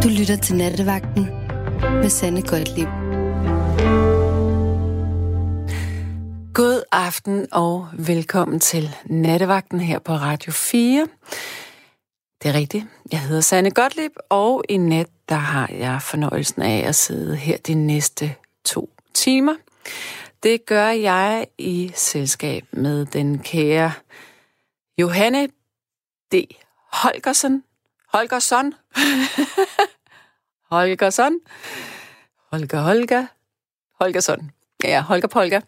Du lytter til Nattevagten med Sanne Gottlieb. God aften og velkommen til Nattevagten her på Radio 4. Det er rigtigt. Jeg hedder Sanne Gottlieb, og i nat der har jeg fornøjelsen af at sidde her de næste 2 timer. Det gør jeg i selskab med den kære Johanne D. Holgersen. Holger Holgersson. Ja, Holger.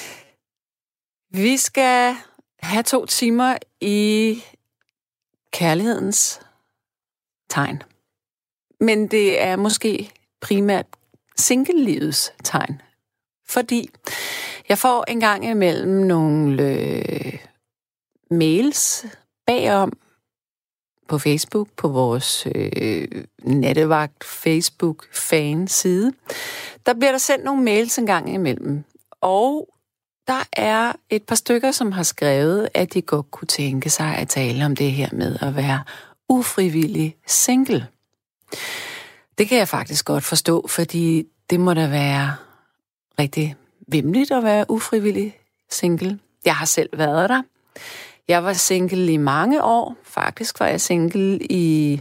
Vi skal have 2 timer i kærlighedens tegn. Men det er måske primært single-livets tegn. Fordi jeg får en gang imellem nogle mails bagom på Facebook, på vores nattevagt Facebook-fan-side. Der bliver der sendt nogle mails en gang imellem. Og der er et par stykker, som har skrevet, at de godt kunne tænke sig at tale om det her med at være ufrivillig single. Det kan jeg faktisk godt forstå, fordi det må da være rigtig vimligt at være ufrivillig single. Jeg har selv været der. Jeg var single i mange år. Faktisk var jeg single i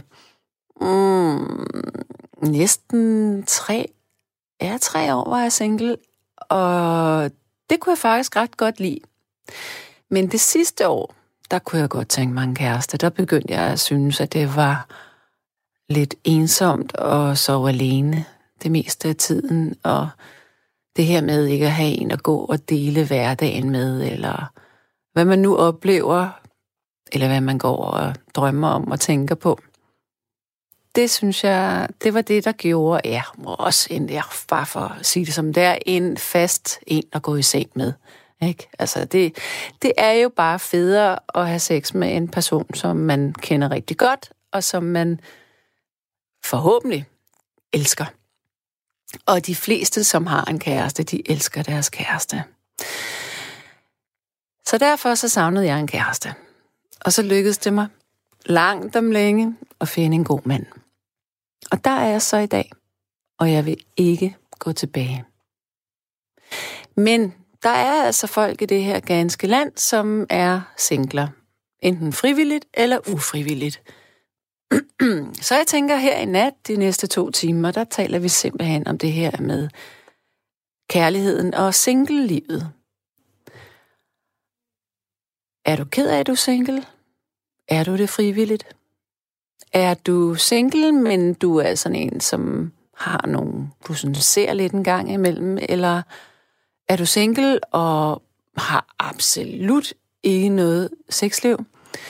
næsten 3 år var jeg single. Og det kunne jeg faktisk ret godt lide. Men det sidste år, der kunne jeg godt tænke mig en kæreste. Der begyndte jeg at synes, at det var lidt ensomt at sove alene det meste af tiden. Og det her med ikke at have en at gå og dele hverdagen med, eller hvad man nu oplever, eller hvad man går og drømmer om og tænker på. Det synes jeg, det var det, der gjorde, bare for at sige det som det er, en fast en at gå i seng med. Ikke? Altså det er jo bare federe at have sex med en person, som man kender rigtig godt, og som man forhåbentlig elsker. Og de fleste, som har en kæreste, de elsker deres kæreste. Så derfor så savnede jeg en kæreste. Og så lykkedes det mig langt om længe at finde en god mand. Og der er jeg så i dag, og jeg vil ikke gå tilbage. Men der er altså folk i det her ganske land, som er singler. Enten frivilligt eller ufrivilligt. Så jeg tænker her i nat, de næste 2 timer, der taler vi simpelthen om det her med kærligheden og single-livet. Er du ked af, at du er single? Er du det frivilligt? Er du single, men du er sådan en, som har nogle, du sådan ser lidt en gang imellem? Eller er du single og har absolut ikke noget sexliv?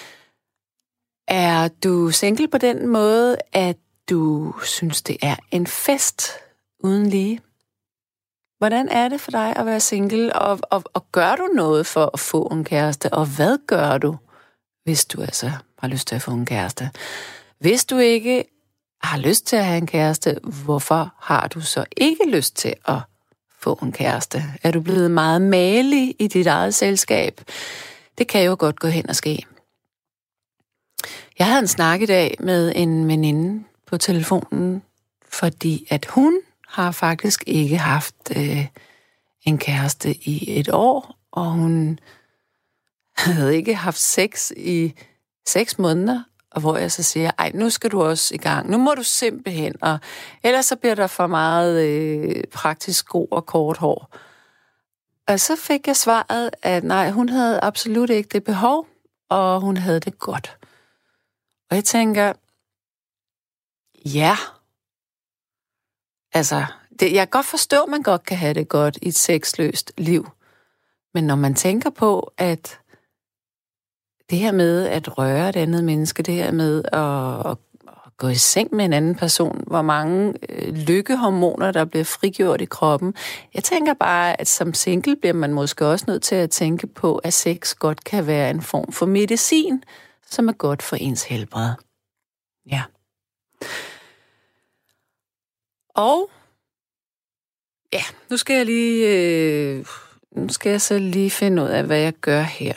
Er du single på den måde, at du synes, det er en fest uden lige? Hvordan er det for dig at være single, og gør du noget for at få en kæreste? Og hvad gør du, hvis du altså har lyst til at få en kæreste? Hvis du ikke har lyst til at have en kæreste, hvorfor har du så ikke lyst til at få en kæreste? Er du blevet meget malig i dit eget selskab? Det kan jo godt gå hen og ske. Jeg havde en snak i dag med en veninde på telefonen, fordi at hun har faktisk ikke haft en kæreste i 1 år, og hun havde ikke haft sex i 6 måneder, og hvor jeg så siger, ej, nu skal du også i gang, nu må du simpelthen, og ellers så bliver der for meget praktisk sko og kort hår. Og så fik jeg svaret, at nej, hun havde absolut ikke det behov, og hun havde det godt. Og jeg tænker, ja, altså, jeg kan godt forstå, at man godt kan have det godt i et sexløst liv. Men når man tænker på, at det her med at røre et andet menneske, det her med at gå i seng med en anden person, hvor mange lykkehormoner, der bliver frigjort i kroppen. Jeg tænker bare, at som single bliver man måske også nødt til at tænke på, at sex godt kan være en form for medicin, som er godt for ens helbred. Ja. Og ja, nu skal jeg så lige finde ud af, hvad jeg gør her.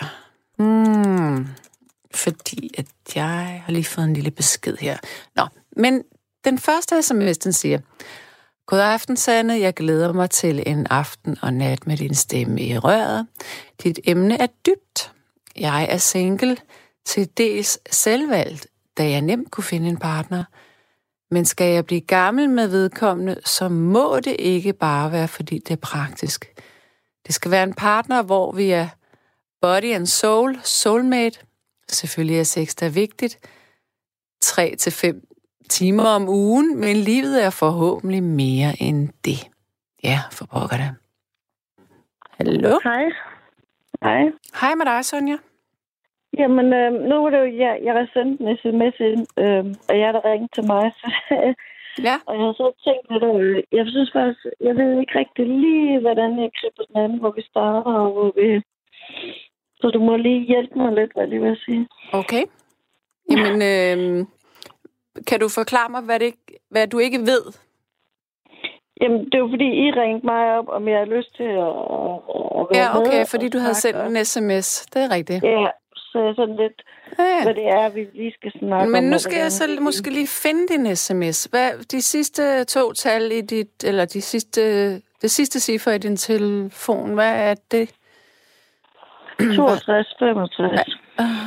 Fordi at jeg har lige fået en lille besked her. Nå, men Den første sms, den siger: God aften, Sanne. Jeg glæder mig til en aften og nat med din stemme i røret. Dit emne er dybt. Jeg er single, til dels selvvalgt, da jeg nemt kunne finde en partner. Men skal jeg blive gammel med vedkommende, så må det ikke bare være, fordi det er praktisk. Det skal være en partner, hvor vi er body and soul, soulmate. Selvfølgelig er sex der vigtigt. 3 til 5 timer om ugen, men livet er forhåbentlig mere end det. Ja, for pokker det. Hallo? Hej. Hej. Hej med dig, Sonja. Jamen, nu var det jo, jeg har sendt en sms ind, og jeg der ringet til mig. Ja. Og jeg har så tænkt lidt, jeg synes faktisk, jeg ved ikke rigtig lige, hvordan jeg griber den anden, hvor vi starter, og hvor vi... Så du må lige hjælpe mig lidt, hvad jeg lige vil sige. Okay. Jamen, kan du forklare mig, hvad du ikke ved? Jamen, det er jo fordi, I ringte mig op, om jeg har lyst til at være med. Ja, okay, fordi du havde sendt en sms. Det er rigtigt. Ja, så er sådan lidt, hvad det er, vi lige skal snakke om. Men nu skal jeg så måske lige finde din sms. Hvad de sidste 2 tal i dit, eller det sidste ciffer i din telefon, hvad er det? 62, 65.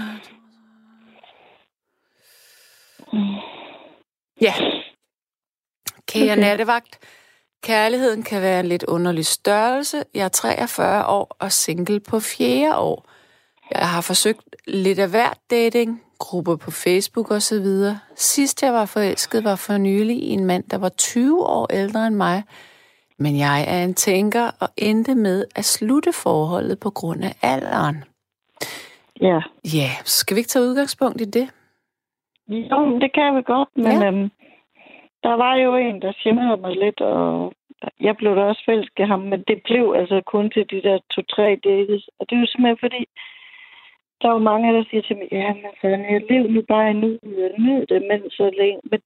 Ja. Kære nattevagt. Kærligheden kan være en lidt underlig størrelse. Jeg er 43 år og single på 4. år. Jeg har forsøgt lidt af hvert dating, grupper på Facebook og så videre. Sidst jeg var forelsket var for nylig i en mand, der var 20 år ældre end mig. Men jeg er en tænker og endte med at slutte forholdet på grund af alderen. Ja. Ja, skal vi ikke tage udgangspunkt i det? Jo, det kan vi godt, men der var jo en, der generede mig lidt, og jeg blev da også forelsket ham, men det blev altså kun til de der 2-3 dates. Og det er jo simpelthen fordi, der er jo mange, der siger til mig, ja, men sådan, jeg lever nu bare nu, og nyd det, men så længe. Men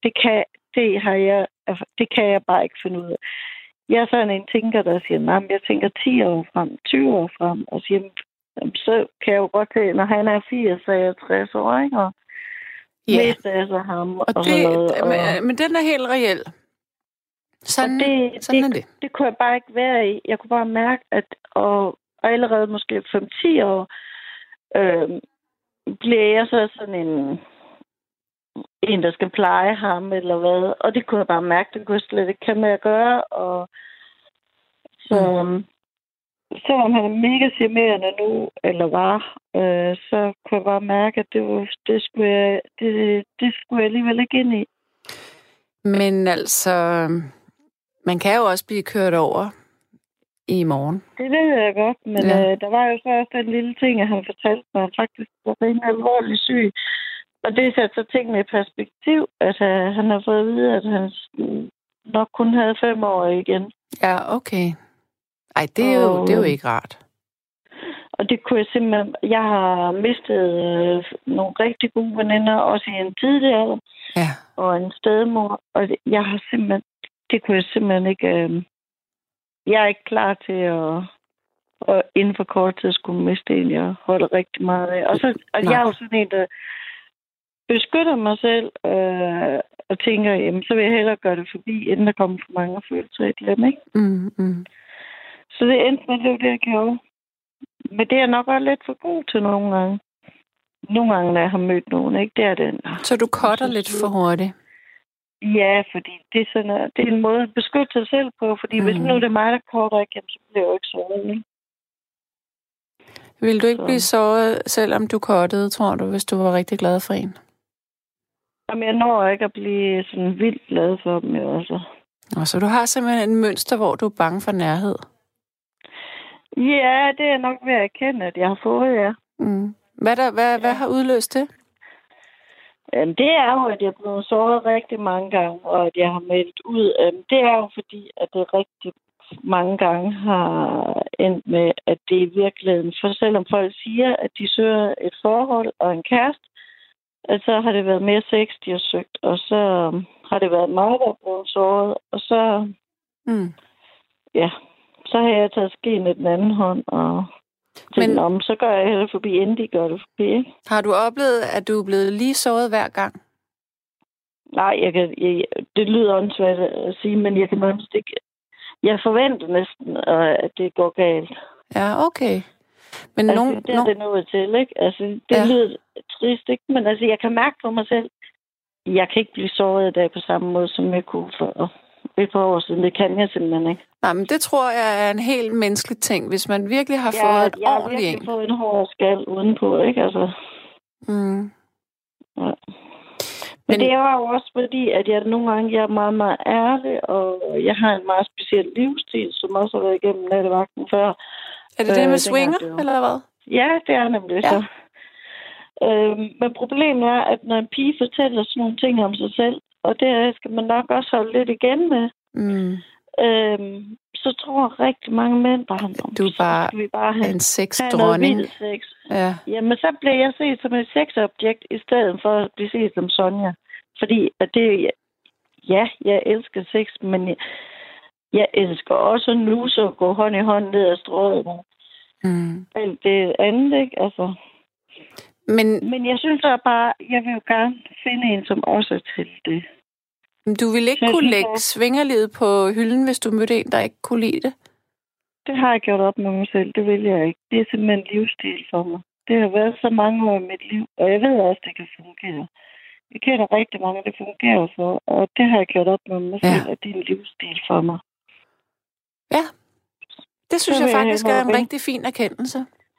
det kan jeg bare ikke finde ud af. Jeg er sådan en tænker, der siger, nej, jeg tænker 10 år frem, 20 år frem, og siger, så kan jeg jo godt se, når han er 80, så er jeg 60 år, ikke? Og mest af så ham og sådan noget. Men den er helt reel. Sådan er det. Det kunne jeg bare ikke være i. Jeg kunne bare mærke, at og allerede måske 5-10 år bliver jeg så sådan en, der skal pleje ham, eller hvad. Og det kunne jeg bare mærke, det kunne jeg slet ikke kan med at gøre. Og så selvom han er mega charmerende nu, eller var, så kunne jeg bare mærke, at det skulle jeg alligevel ikke ind i. Men altså, man kan jo også blive kørt over i morgen. Det ved jeg godt, men der var jo så også den lille ting, at han fortalte mig, at han faktisk var rimelig alvorlig syg. Og det satte så tingene i perspektiv, at han har fået at vide, at han nok kun havde 5 år igen. Ja, okay. Ej, det er jo ikke rart. Og det kunne jeg simpelthen... Jeg har mistet nogle rigtig gode veninder, også i en tidlig alder. Ja. Og en stedmor. Og jeg har simpelthen... Det kunne jeg simpelthen ikke... jeg er ikke klar til at inden for kort tid skulle miste en, jeg holder rigtig meget af. Og jeg er jo sådan en, der beskytter mig selv og tænker, jamen, så vil jeg hellere gøre det forbi, inden der kommer for mange følelser i det, ikke? Så det endte med, det jeg gjorde. Men det er nok også lidt for god til nogle gange. Nogle gange, når jeg har mødt nogen, ikke? Det er den. Så du cutter lidt for hurtigt? Ja, fordi det er, sådan, det er en måde at beskytte sig selv på, fordi hvis nu det er mig, der cutter ikke, så bliver jeg jo ikke såret, ikke? Vil du ikke blive såret, selvom du cuttede, tror du, hvis du var rigtig glad for en? Jamen, jeg når ikke at blive sådan vildt glad for dem, jo også. Og så du har simpelthen en mønster, hvor du er bange for nærhed? Ja, det er nok ved at erkende, at jeg har fået, ja. Hvad har udløst det? Jamen, det er jo, at jeg er blevet såret rigtig mange gange, og at jeg har meldt ud. Det er jo fordi, at det rigtig mange gange har endt med, at det i virkeligheden, for selvom folk siger, at de søger et forhold og en kæreste, at så har det været mere sex, de har søgt, og så har det været mig, der er blevet såret, og så, så har jeg taget skeen i den anden hånd, og så gør jeg heller forbi, inden de gør det forbi, ikke? Har du oplevet, at du er blevet lige såret hver gang? Nej, det lyder åndssvagt at sige, men jeg kan nærmest ikke... Jeg forventer næsten, at det går galt. Ja, okay. Men altså, det er det nået til, ikke? Altså, det lyder trist, ikke? Men altså, jeg kan mærke på mig selv, jeg kan ikke blive såret i dag på samme måde, som jeg kunne for et par år siden. Det kan jeg simpelthen ikke. Nej, men det tror jeg er en helt menneskelig ting, hvis man virkelig har fået et ordentligt jeg har virkelig fået en hård skal udenpå, ikke? Altså. Ja. Men det er jo også fordi, at jeg nogle gange er meget, meget ærlig, og jeg har en meget speciel livsstil, som også har været igennem nattevagten før. Er det med swinger, eller hvad? Ja, det er nemlig så. Men problemet er, at når en pige fortæller sådan nogle ting om sig selv, og det skal man nok også holde lidt igen med, så tror rigtig mange mænd bare, du er bare have en sexdronning. Sex. Ja. Jamen, så bliver jeg set som et sexobjekt, i stedet for at blive set som Sonja. Fordi at det, jeg elsker sex, men jeg elsker også at nuse og gå hånd i hånd ned ad strået. Alt det andet, ikke? Altså. Men jeg synes da bare, jeg vil jo gerne finde en, som også er til det. Du ville ikke kunne lægge svingerlivet på hylden, hvis du mødte en, der ikke kunne lide det? Det har jeg gjort op med mig selv. Det vil jeg ikke. Det er simpelthen en livsstil for mig. Det har været så mange år i mit liv, og jeg ved også, at det kan fungere. Jeg kender rigtig mange, det fungerer for, og det har jeg gjort op med mig selv, at det er en livsstil for mig. Ja, det synes jeg faktisk er en rigtig fin erkendelse.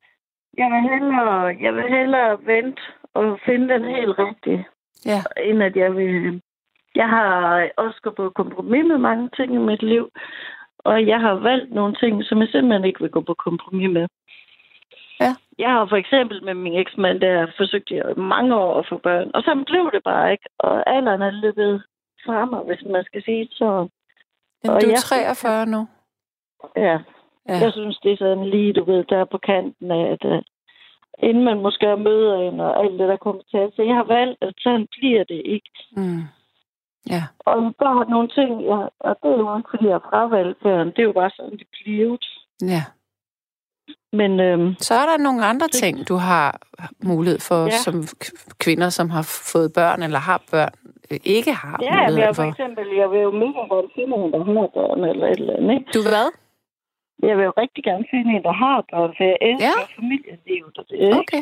Jeg vil hellere vente og finde den helt rigtige, end at jeg vil... Jeg har også gået på kompromis med mange ting i mit liv, og jeg har valgt nogle ting, som jeg simpelthen ikke vil gå på kompromis med. Ja. Jeg har for eksempel med min eksmand, der forsøgte jeg mange år at få børn, og så blev det bare ikke, og alderen er løbet fra mig, hvis man skal sige det så. Men du er 43 nu? Ja. Jeg synes, det er sådan lige, du ved, der på kanten af, at inden man måske møder en, og alt det, der kommer til. Så jeg har valgt, at sådan bliver det ikke. Ja. Og der har nogle ting, og det er jo ikke, fordi jeg har fravalgt børn. Det er jo bare sådan, det bliver. Ja. Men, så er der nogle andre ting, du har mulighed for, som kvinder, som har fået børn eller har børn, ikke har mulighed for. For eksempel, jeg vil jo mega gerne finde en, der har børn eller et eller andet, ikke? Du hvad? Jeg vil jo rigtig gerne finde en, der har børn, for jeg elsker familielivet. Okay.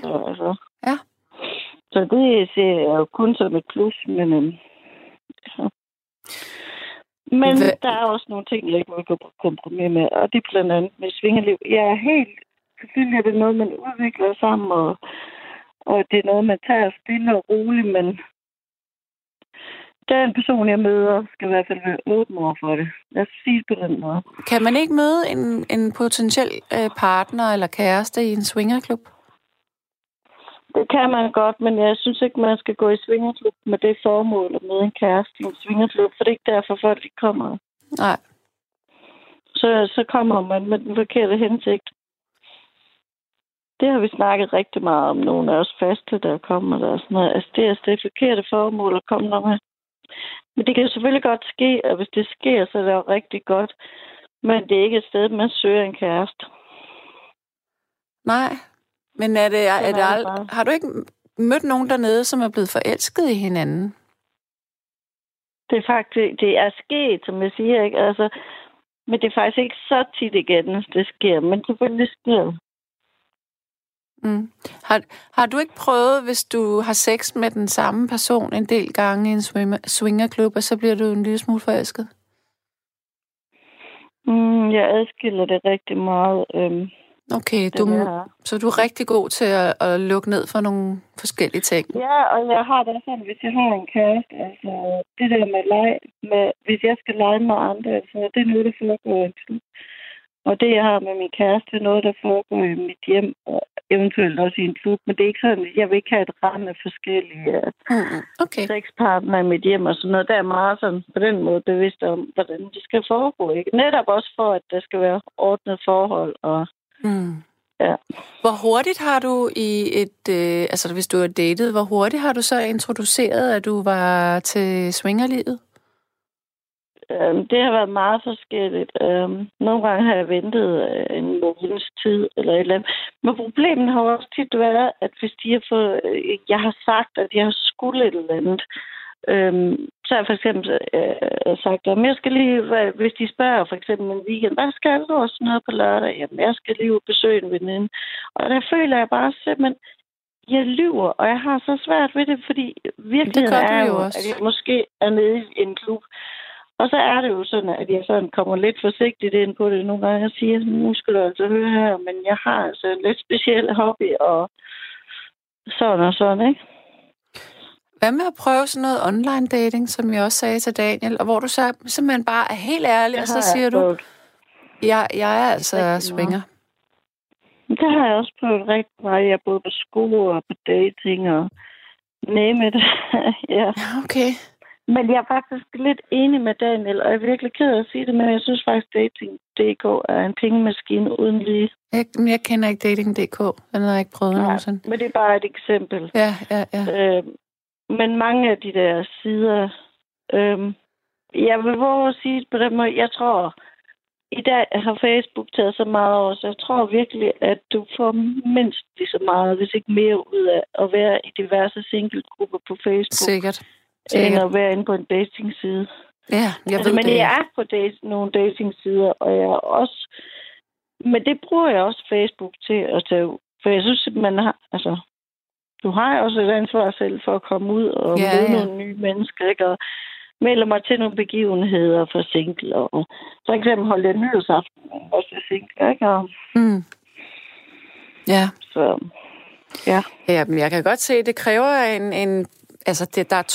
Så det ser jeg jo kun som et plus, men men der er også nogle ting, jeg ikke vil gå på kompromis med, og det er blandt andet med svingerliv. Jeg er helt... Selvfølgelig er det noget, man udvikler sammen, og det er noget, man tager stille og roligt, men den person, jeg møder, skal i hvert fald være åben over for det. Lad os sige det på den måde. Kan man ikke møde en potentiel partner eller kæreste i en swingerklub? Det kan man godt, men jeg synes ikke, man skal gå i swingerklub med det formål at møde en kæreste i en swingerklub, for det er ikke derfor, folk de kommer. Nej. Så kommer man med den forkerte hensigt. Det har vi snakket rigtig meget om, nogle af os faste, der kommer der. Sådan noget. Altså, det er det forkerte formål at komme der med. Men det kan jo selvfølgelig godt ske, og hvis det sker, så er det jo rigtig godt. Men det er ikke et sted, man søger en kæreste. Nej. Men har du ikke mødt nogen dernede, som er blevet forelsket i hinanden? Det er faktisk, det er sket, som jeg siger, ikke? Altså, men det er faktisk ikke så tit igen, det sker. Men selvfølgelig sker det. Har du ikke prøvet, hvis du har sex med den samme person en del gange i en swingerklub, og så bliver du en lille smule forelsket? Jeg adskiller det rigtig meget. Okay, så du er rigtig god til at lukke ned for nogle forskellige ting. Ja, og jeg har det sådan, hvis jeg har en kæreste, altså det der med hvis jeg skal lege med andre, altså det er noget, der foregår i klub. Og det, jeg har med min kæreste, er noget, der foregår i mit hjem, og eventuelt også i en klub. Men det er ikke sådan, jeg vil ikke have et ramme af forskellige sexpartnere i mit hjem og sådan noget. Der er meget sådan på den måde bevidst om, hvordan det skal foregå. Ikke? Netop også for, at der skal være ordnet forhold. Og, ja. Hvor hurtigt har du hvis du har datet, hvor hurtigt har du så introduceret, at du var til swingerlivet? Det har været meget forskelligt. Nogle gange har jeg ventet en måneds tid eller et eller andet. Men problemet har også tit været, at hvis de har fået... Jeg har sagt, at jeg skulle et eller andet. så har jeg for eksempel sagt, at jeg skal lige, hvis de spørger for eksempel en weekend, hvad skal du og sådan noget på lørdag? Jamen, jeg skal lige besøge en veninde. Og der føler jeg bare simpelthen, jeg lyver, og jeg har så svært ved det, fordi virkeligheden er jo, at jeg måske er nede i en klub. Og så er det jo sådan, at jeg sådan kommer lidt forsigtigt ind på det. Nogle gange jeg siger, nu skal du altså høre her, men jeg har altså en lidt speciel hobby, og sådan, ikke? Hvad med at prøve sådan noget online dating, som jeg også sagde til Daniel, og hvor du så simpelthen bare er helt ærlig, og så siger du, jeg er altså swinger. Det har jeg også prøvet rigtig meget. Jeg er både på skole og på dating og name it. Ja. Okay. Men jeg er faktisk lidt enig med Daniel, og jeg er virkelig ked af at sige det, men jeg synes faktisk, Dating.dk er en pengemaskine uden lige. Jeg kender ikke Dating.dk. Den har jeg ikke prøvet nogensinde. Men det er bare et eksempel. Ja. Men mange af de der sider, jeg vil våge at sige det på den måde, jeg tror, i dag har Facebook taget så meget over, så jeg tror virkelig, at du får mindst lige så meget, hvis ikke mere ud af at være i diverse singlegrupper på Facebook. Sikkert. End at være inde på en datingside. Ja, jeg ved men det. jeg er på nogle datingsider, og jeg er også... Men det bruger jeg også Facebook til at tage. For jeg synes, at man har... Altså, du har også et ansvar selv for at komme ud og møde nogle nye mennesker, ikke? Og melde mig til nogle begivenheder for single. Og for eksempel holde en nyhedsaften også for single, ikke? Og... Ja. Så, ja. Ja, men jeg kan godt se, at det kræver en altså, der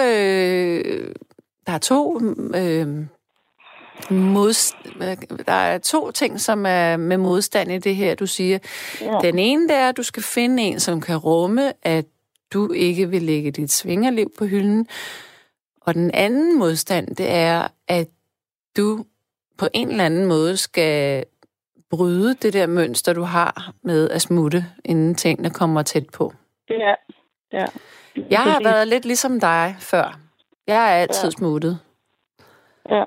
er to ting, som er med modstand i det her, du siger. Ja. Den ene, det er, at du skal finde en, som kan rumme, at du ikke vil lægge dit svingerliv på hylden. Og den anden modstand, det er, at du på en eller anden måde skal bryde det der mønster, du har med at smutte, inden tingene kommer tæt på. Ja. Jeg har været lidt ligesom dig før. Jeg er altid smuttet. Ja.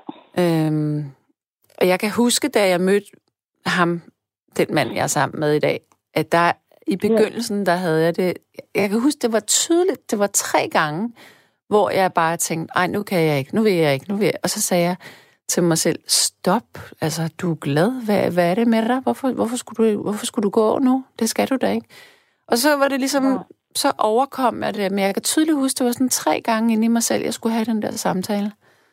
Og jeg kan huske, da jeg mødte ham, den mand, jeg er sammen med i dag, at der i begyndelsen, der havde jeg det... Jeg kan huske, det var tydeligt. Det var 3 gange, hvor jeg bare tænkte, ej, nu kan jeg ikke, nu vil jeg ikke, nu vil jeg. Og så sagde jeg til mig selv, stop, altså, du er glad. Hvad er det med dig? Hvorfor skulle du gå nu? Det skal du da ikke. Og så var det ligesom... Ja. Så overkom jeg det, men jeg kan tydeligt huske, det var sådan 3 gange inde i mig selv, jeg skulle have den der samtale.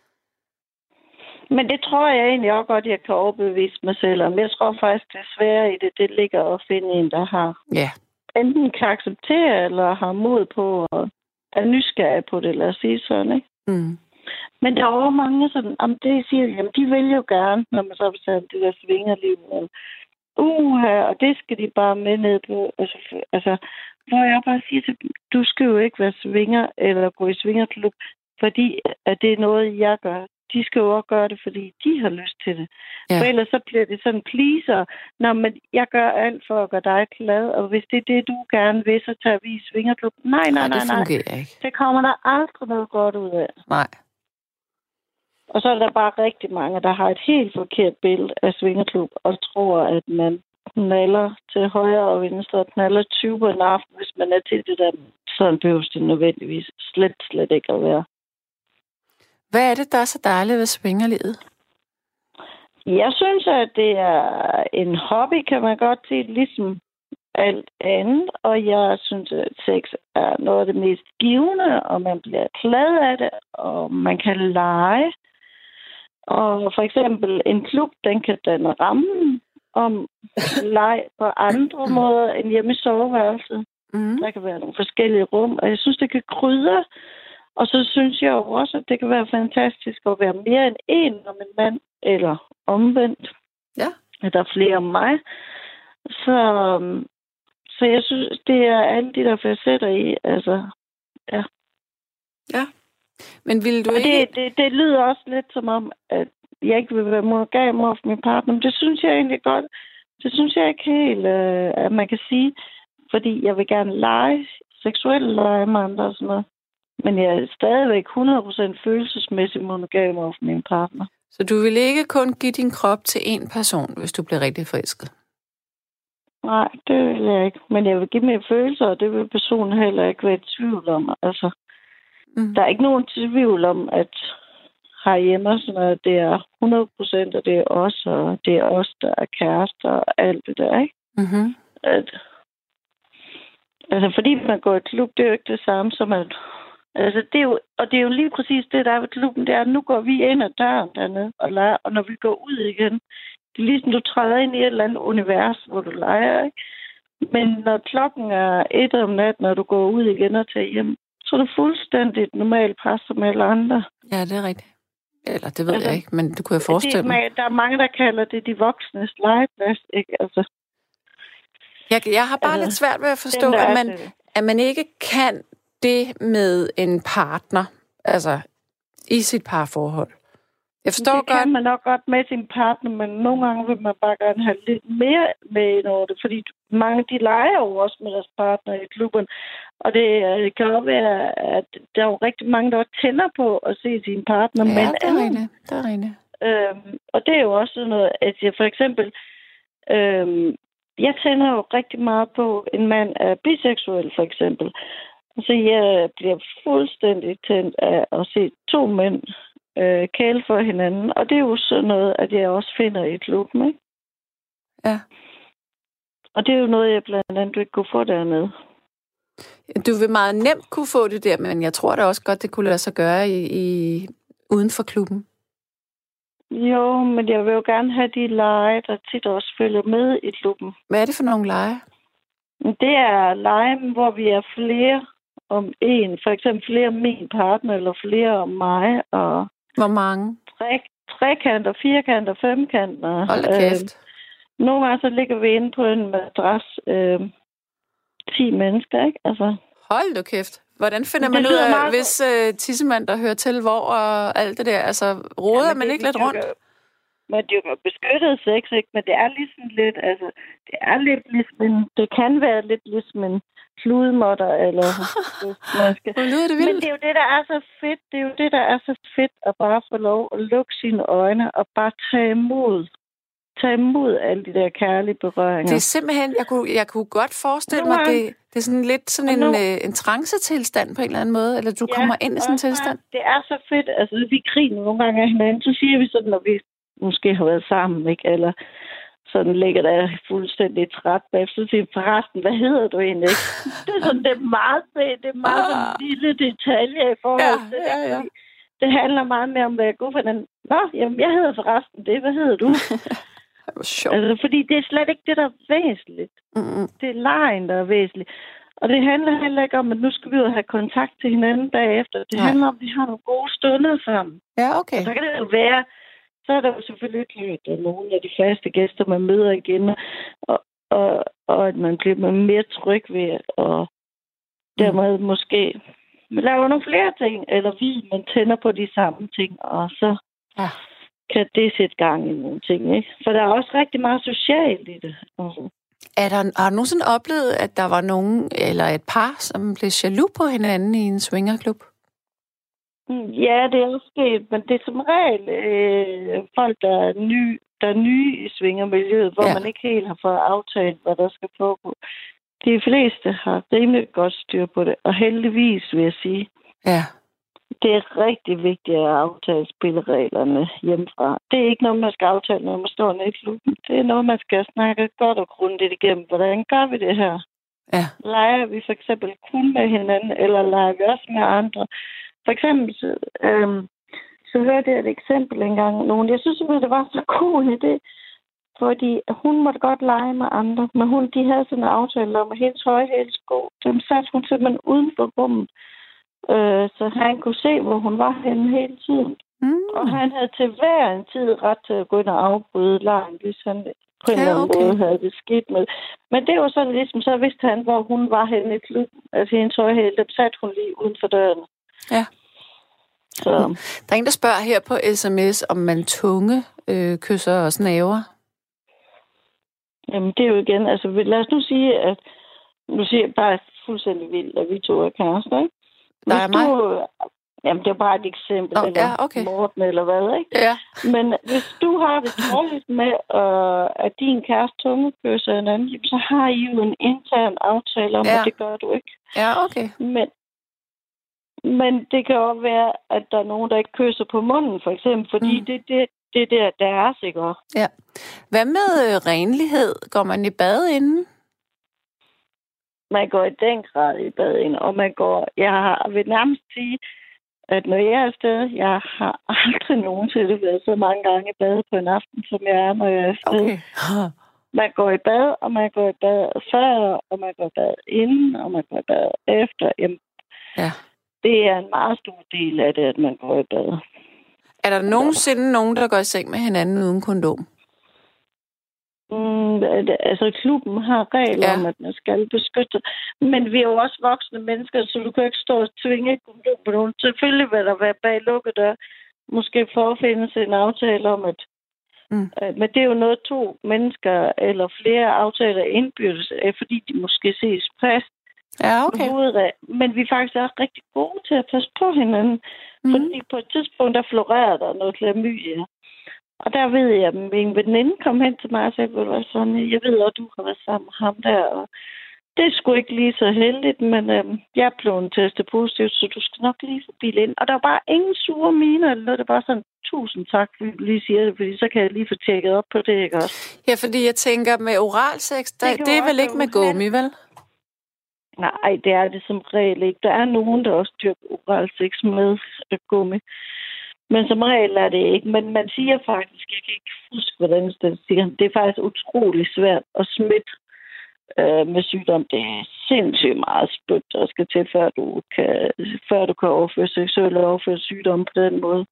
Men det tror jeg egentlig også godt, jeg kan overbevise mig selv om. Jeg tror faktisk, det svære i det ligger at finde en, der har enten kan acceptere, eller har mod på, og er nysgerrig på det, lad os sige sådan, ikke? Mm. Men der er også mange sådan, om det siger, jamen de vil jo gerne, når man så vil sige, det der svingerliv, og det skal de bare med ned på. Altså, hvor jeg bare siger til dem, du skal jo ikke være svinger eller gå i svingerklub, fordi at det er noget, jeg gør. De skal jo også gøre det, fordi de har lyst til det. Ja. For ellers så bliver det sådan pleaser. Nå, men jeg gør alt for at gøre dig glad, og hvis det er det, du gerne vil, så tager vi i svingerklub. Nej. Det fungerer ikke. Det kommer der aldrig noget godt ud af. Nej. Og så er der bare rigtig mange, der har et helt forkert billede af svingerklub, og tror, at man knaller til højre og venstre, og knaller 20 på en aften, hvis man er til det der. Sådan behøves det nødvendigvis slet ikke at være. Hvad er det, der er så dejligt ved svingerlivet? Jeg synes, at det er en hobby, kan man godt sige, ligesom alt andet. Og jeg synes, at sex er noget af det mest givende, og man bliver glad af det, og man kan lege. Og for eksempel en klub, den kan danne rammen om leg på andre måder end hjemme i soveværelset. Mm. Der kan være nogle forskellige rum, og jeg synes, det kan krydre. Og så synes jeg også, at det kan være fantastisk at være mere end en om en mand, eller omvendt. Ja. At der er flere om mig. Så jeg synes, det er alle de der facetter i, altså, ja. Ja. Men vil du og ikke... Det lyder også lidt som om, at jeg ikke vil være monogam over for min partner, men det synes jeg egentlig godt. Det synes jeg ikke helt, at man kan sige, fordi jeg vil gerne lege, seksuelt lege med andre og sådan noget. Men jeg er stadigvæk 100% følelsesmæssigt monogam over for min partner. Så du vil ikke kun give din krop til én person, hvis du bliver rigtig forelsket? Nej, det vil jeg ikke. Men jeg vil give mine følelser, og det vil personen heller ikke være i tvivl om. Altså. Der er ikke nogen tvivl om, at herhjemme, sådan det er 100%, og det er os, og det er os, der er kærester og alt det der, ikke? Mm-hmm. Altså, fordi man går i klub, det er jo ikke det samme som at... Altså, det er jo lige præcis det, der er ved klubben, det er, at nu går vi ind ad døren dernede og leger, og når vi går ud igen, det er ligesom, du træder ind i et eller andet univers, hvor du leger, ikke? Men når klokken er 1 om natten, når du går ud igen og tager hjem, så er det fuldstændig et normalt par som alle andre. Ja, det er rigtigt. Eller det ved jeg ikke, men det kunne jeg forestille mig. Der er mange, der kalder det de voksnes legeplads, ikke? Altså, jeg har bare lidt svært ved at forstå, at man ikke kan det med en partner, altså i sit parforhold. Jeg forstår det kan man nok godt med sin partner, men nogle gange vil man bare gerne have lidt mere med ind over det, fordi mange, de leger jo også med deres partner i klubben, og det kan jo være, at der er jo rigtig mange, der tænder på at se sin partner. Ja, men det er rigtigt. Og det er jo også noget, at jeg for eksempel, jeg tænder jo rigtig meget på, en mand er biseksuel for eksempel. Så jeg bliver fuldstændig tændt af at se 2 mænd kæle for hinanden. Og det er jo sådan noget, at jeg også finder i klubben, ikke? Ja. Og det er jo noget, jeg blandt andet ikke kunne få dernede. Du vil meget nemt kunne få det der, men jeg tror da også godt, det kunne lade sig gøre uden for klubben. Jo, men jeg vil jo gerne have de lege, der tit også følger med i klubben. Hvad er det for nogle lege? Det er lege, hvor vi er flere om en. For eksempel flere om min partner, eller flere om mig. Og hvor mange? Trekanter, firkanter, femkanter. Hold da kæft. Nogle gange så ligger vi inde på en madras 10 mennesker, ikke? Altså. Hold da kæft. Hvordan finder man ud af, hvis tissemand, der hører til hvor og alt det der? Altså, roder man ikke lidt rundt? Men det er jo beskyttet sex, ikke? Men det er ligesom lidt, altså, det er lidt ligesom det kan være lidt ligesom en fludemotter, eller Hvor lyder det vildt? Men det er jo det, der er så fedt. Det er jo det, der er så fedt at bare få lov at lukke sine øjne og bare tage imod alle de der kærlige berøringer. Det er simpelthen, jeg kunne godt forestille mig, det er sådan lidt sådan en trancetilstand på en eller anden måde, eller du kommer ind i sådan en tilstand. Det er så fedt. Altså, vi griner nogle gange af hinanden, så siger vi sådan, når vi måske har været sammen, ikke? Eller sådan ligger der fuldstændig træt bagefter, så siger forresten, hvad hedder du egentlig, ikke? Det er sådan, det er meget sådan en lille detalje i forhold til det. Ja. Det handler meget mere om, hvad jeg går for den. Nå, jamen, jeg hedder forresten det. Hvad hedder du? Altså, fordi det er slet ikke det, der er væsentligt. Mm-hmm. Det er legen, der er væsentligt. Og det handler heller ikke om, at nu skal vi jo have kontakt til hinanden bagefter. Det handler om, at vi har nogle gode stunder sammen. Ja, okay. Og så kan det jo være, så er der jo selvfølgelig klart, at nogle af de faste gæster, man møder igen, og at man bliver mere tryg ved, og dermed måske laver nogle flere ting, eller man tænder på de samme ting, og så kan det sætte gang i nogle ting, ikke? For der er også rigtig meget socialt i det. Har du nogensinde oplevet, at der var nogen, eller et par, som blev jaloux på hinanden i en swingerklub? Ja, det er også sket, men det er som regel folk, der er nye i swingermiljøet, hvor man ikke helt har fået aftalt, hvad der skal foregå. De fleste har rimelig godt styr på det, og heldigvis vil jeg sige. Ja. Det er rigtig vigtigt at aftale spillereglerne hjemmefra. Det er ikke noget, man skal aftale, når man står nede i klubben. Det er noget, man skal snakke godt og grundigt igennem. Hvordan gør vi det her? Ja. Leger vi for eksempel kun med hinanden, eller leger vi også med andre? For eksempel, så hørte jeg et eksempel engang. Jeg synes simpelthen, det var så cool en idé. Fordi hun måtte godt lege med andre, men de havde sådan en aftale om, at hendes højhælsko, dem satte hun simpelthen uden for rummet. Så han kunne se, hvor hun var henne hele tiden. Og han havde til hver en tid ret til at gå ind og afbryde legen, hvis han på en eller anden måde havde det skidt med. Men det var sådan ligesom, så vidste han, hvor hun var henne i klubben. Altså hendes højhæl, dem satte hun lige uden for døren. Ja. Så. Der er en, der spørger her på sms, om man tunge kysser og snaver. Jamen, det er jo igen, altså lad os nu sige, at nu siger jeg bare fuldstændig vildt, at vi to er kærester, ikke? Der er mig? Jamen, det er bare et eksempel, eller Morten, eller hvad, ikke? Ja. Men hvis du har det dårligt med, at din kæreste tungekysser en anden, så har I jo en intern aftale om, at det gør du ikke. Ja, okay. Men det kan også være, at der er nogen, der ikke kysser på munden, for eksempel, fordi det er der er sikkert. Ja. Hvad med renlighed? Går man i bad inden? Man går i den grad i bad inden, og jeg vil nærmest sige, at når jeg er afsted, jeg har aldrig nogensinde været så mange gange i bad på en aften, som jeg er, når jeg er afsted. Okay. Man går i bad, og man går i bad før, og man går i bad inden, og man går i bad efter. Jamen, ja. Det er en meget stor del af det, at man går i bad. Er der nogensinde nogen, der går i seng med hinanden uden kondom? Altså, klubben har regler om, at man skal beskytte. Men vi er jo også voksne mennesker, så du kan ikke stå og tvinge kondom på nogen. Selvfølgelig vil der være bag lukket dør. Måske forfindes en aftale om, at men det er jo noget, 2 mennesker eller flere aftaler indbyrdes af, fordi de måske ses fast. Ja, okay. Men vi faktisk er rigtig gode til at passe på hinanden. Fordi på et tidspunkt, der florerer der noget klamydia. Og der ved jeg, at min veninde kom hen til mig og sagde, jeg ved, at du har været sammen med ham der. Og det er sgu ikke lige så heldigt, men jeg er blevet testet positivt, så du skal nok lige forbi ind. Og der var bare ingen sure miner eller noget. Det var bare sådan, 1000 tak, for du lige siger det, fordi så kan jeg lige få tjekket op på det, ikke også? Ja, fordi jeg tænker, med oralsex, det er vel ikke med gummi, vel? Nej, det er det som regel ikke. Der er nogen, der også dyrker oralsex med gummi. Men som regel er det ikke. Men man siger faktisk, jeg kan ikke huske, hvordan det siger. Det er faktisk utrolig svært at smitte med sygdom. Det er sindssygt meget spyt, der skal til, før du kan overføre seksuelle og overføre sygdomme på den måde.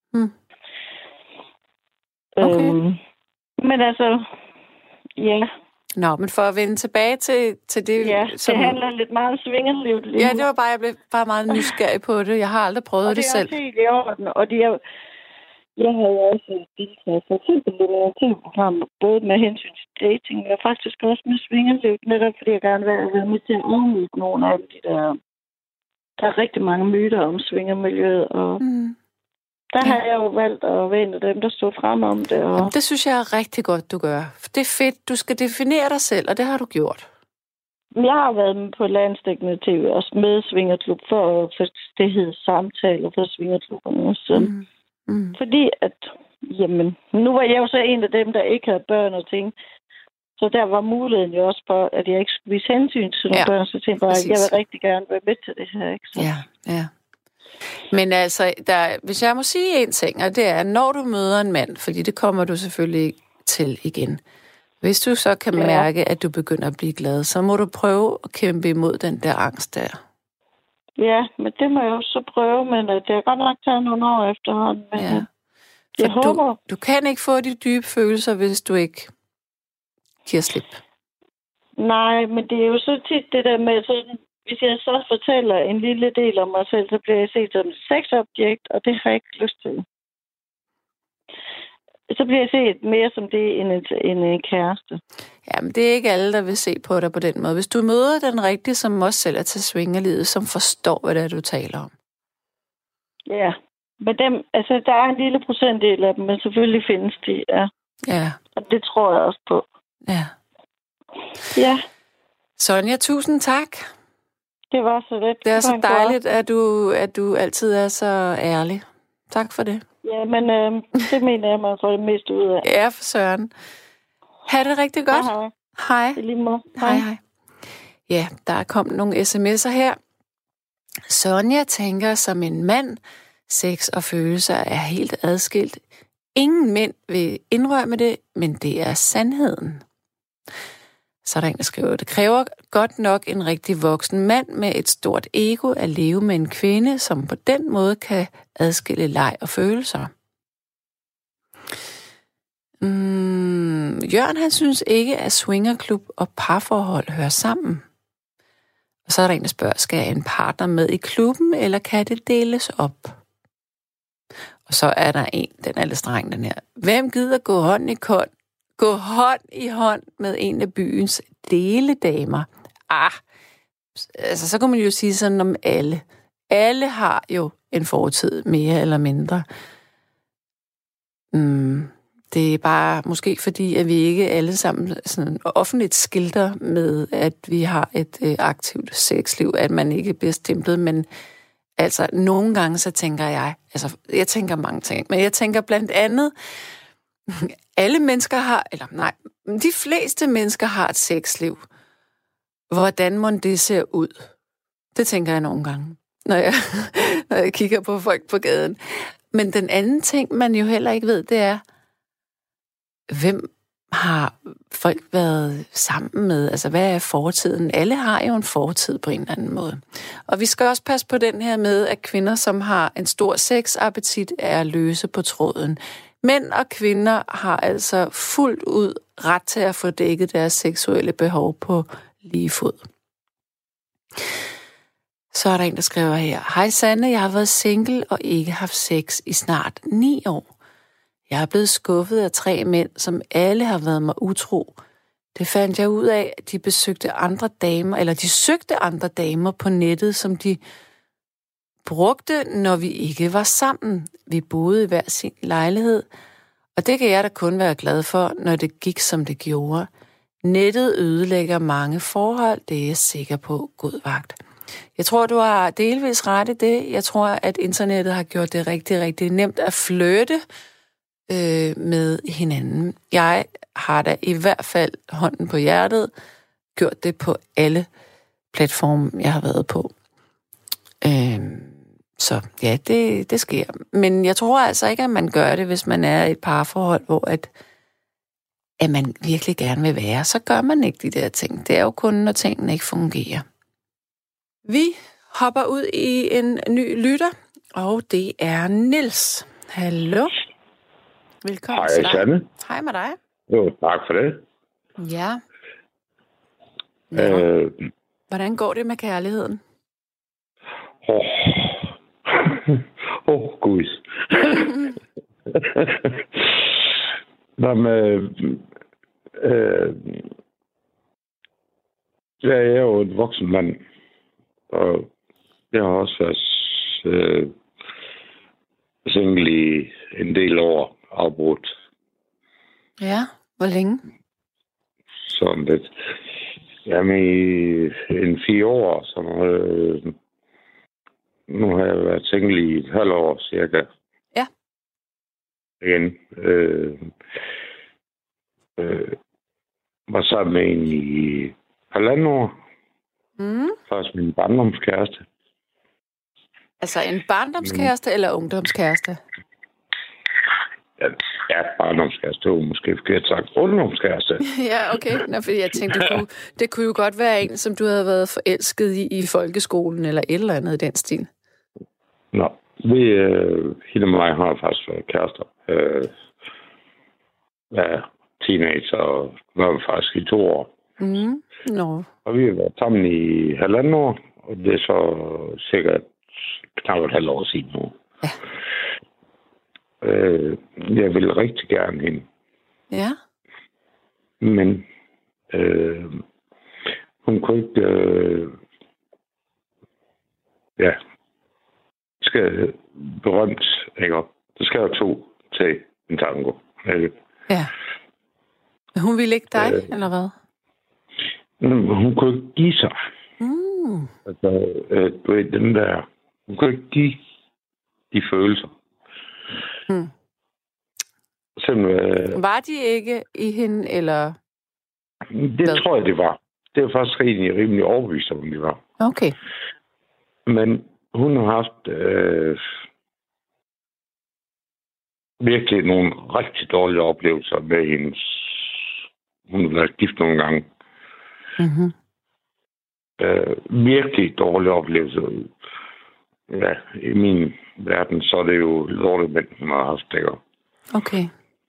Okay. Men altså, ja. Nå, men for at vende tilbage til det... Ja, det handler lidt meget om svingerlivet. Ja, det var bare, jeg blev bare meget nysgerrig på det. Jeg har aldrig prøvet det selv. Og det er helt i orden, og jeg har jo også deltaget for eksempel et TV-program, både med hensyn til dating, og faktisk også med svingerlivet, netop fordi jeg gerne vil være med til at udnytte nogle af de der... Der er rigtig mange myter om svingermiljøet, og... Der har jeg jo valgt at være en af dem, der står frem om det. Og... Jamen, det synes jeg er rigtig godt, du gør. Det er fedt. Du skal definere dig selv, og det har du gjort. Jeg har været med på landsdækkende TV, også med Svingerklub, for det hedder samtaler for Svingerklubberne. Fordi at, jamen, nu var jeg jo så en af dem, der ikke havde børn og ting. Så der var muligheden jo også for, at jeg ikke skulle vise hensyn til nogle børn. Så tænkte jeg, at jeg vil rigtig gerne være med til det her. Ikke? Så. Ja. Men altså, hvis jeg må sige en ting, og det er, når du møder en mand, fordi det kommer du selvfølgelig til igen, hvis du så kan mærke, at du begynder at blive glad, så må du prøve at kæmpe imod den der angst der. Ja, men det må jeg jo så prøve, men det har godt nok taget nogle år efterhånden. Men jeg håber... Du kan ikke få de dybe følelser, hvis du ikke giver slip. Nej, men det er jo så tit det der med sådan... Hvis jeg så fortæller en lille del om mig selv, så bliver jeg set som et sexobjekt, og det har jeg ikke lyst til. Så bliver jeg set mere som det end en kæreste. Jamen, det er ikke alle, der vil se på dig på den måde. Hvis du møder den rigtige, som også selv er til svingerlivet, som forstår, hvad det er, du taler om. Ja, men der er en lille procentdel af dem, men selvfølgelig findes de, Ja. Og det tror jeg også på. Ja. Ja. Sonja, tusind tak. Det var så lidt. Det er så dejligt, at du altid er så ærlig. Tak for det. Ja, men det mener jeg, man får det mest ud af. Ja, for søren. Ha' det rigtig godt. Hej. I lige måde. Hej. Ja, der er kommet nogle sms'er her. Sonja tænker som en mand, sex og følelser er helt adskilt. Ingen mænd vil indrømme det, men det er sandheden. Så er der en, der skriver, det kræver godt nok en rigtig voksen mand med et stort ego at leve med en kvinde, som på den måde kan adskille leg og følelser. Jørgen, han synes ikke, at swingerklub og parforhold hører sammen. Og så er der en, der spørger, skal en partner med i klubben, eller kan det deles op? Og så er der en, den er lidt streng, den her. Hvem gider gå hånd i hånd med en af byens deledamer? Altså så kan man jo sige sådan om alle. Alle har jo en fortid, mere eller mindre. Det er bare måske fordi, at vi ikke alle sammen sådan offentligt skilter med, at vi har et aktivt sexliv, at man ikke bliver stemplet, men Altså, nogle gange så tænker jeg tænker mange ting, men jeg tænker blandt andet, alle mennesker har, de fleste mennesker har et sexliv. Hvordan må det ser ud? Det tænker jeg nogle gange, når jeg kigger på folk på gaden. Men den anden ting, man jo heller ikke ved, det er, hvem har folk været sammen med? Altså, hvad er fortiden? Alle har jo en fortid på en eller anden måde. Og vi skal også passe på den her med, at kvinder, som har en stor sexappetit, er løse på tråden. Mænd og kvinder har altså fuldt ud ret til at få dækket deres seksuelle behov på lige fod. Så er der en, der skriver her: Hej Sanne, jeg har været single og ikke haft sex i snart 9 år. Jeg er blevet skuffet af 3 mænd, som alle har været mig utro. Det fandt jeg ud af, at de søgte andre damer på nettet, som de brugte, når vi ikke var sammen. Vi boede i hver sin lejlighed, og det kan jeg da kun være glad for, når det gik, som det gjorde. Nettet ødelægger mange forhold, det er jeg sikker på. God vagt. Jeg tror, du har delvis ret i det. Jeg tror, at internettet har gjort det rigtig, rigtig nemt at flirte med hinanden. Jeg har da i hvert fald hånden på hjertet gjort det på alle platforme, jeg har været på. Så ja, det sker. Men jeg tror altså ikke, at man gør det, hvis man er i et parforhold, hvor at man virkelig gerne vil være. Så gør man ikke de der ting. Det er jo kun, når tingene ikke fungerer. Vi hopper ud i en ny lytter, og det er Niels. Hallo. Velkommen til dig. Hej, Sanne. Hej med dig. Jo, tak for det. Ja. Hvordan går det med kærligheden? Gud. Jeg er jo en voksen mand, og jeg har også været single i en del år afbrudt. Ja, hvor længe? Sådan lidt. Jamen i 4 år, så nu har jeg været single i et halvt år cirka. Ja. Igen. Var sammen med en i 1,5 år. Først min barndomskæreste. Altså en barndomskæreste eller ungdomskæreste? Ja, barndomskæreste. Det var måske forkert sagt. Ungdomskæreste. Ja, okay. Nå, fordi jeg tænkte, det kunne jo godt være en, som du havde været forelsket i folkeskolen, eller et eller andet i den stil. Nå, hende og mig har faktisk været kærester. Teenager, og var faktisk i 2 år. No. Og vi har været sammen i 1,5 år, og det er så sikkert knap et halvt år siden nu. Ja. Jeg vil rigtig gerne hende. Ja. Men hun kunne ikke... skal berømt, ikke? Der skal jo 2 til en tango. Ikke? Ja. Men hun ville ikke dig, eller hvad? Hun kunne ikke give sig. Altså, du ved, den der... Hun kunne ikke give de følelser. Var de ikke i hende, eller... Det tror jeg, det var. Det var faktisk rimelig overbevist om, det var. Okay. Men hun har haft virkelig nogle rigtig dårlige oplevelser med hendes... Hun har været gift nogle gange. Virkelig dårlige oplevelser. Ja, i min verden, så er det jo lortemænd, hun har haft, ikke? Okay.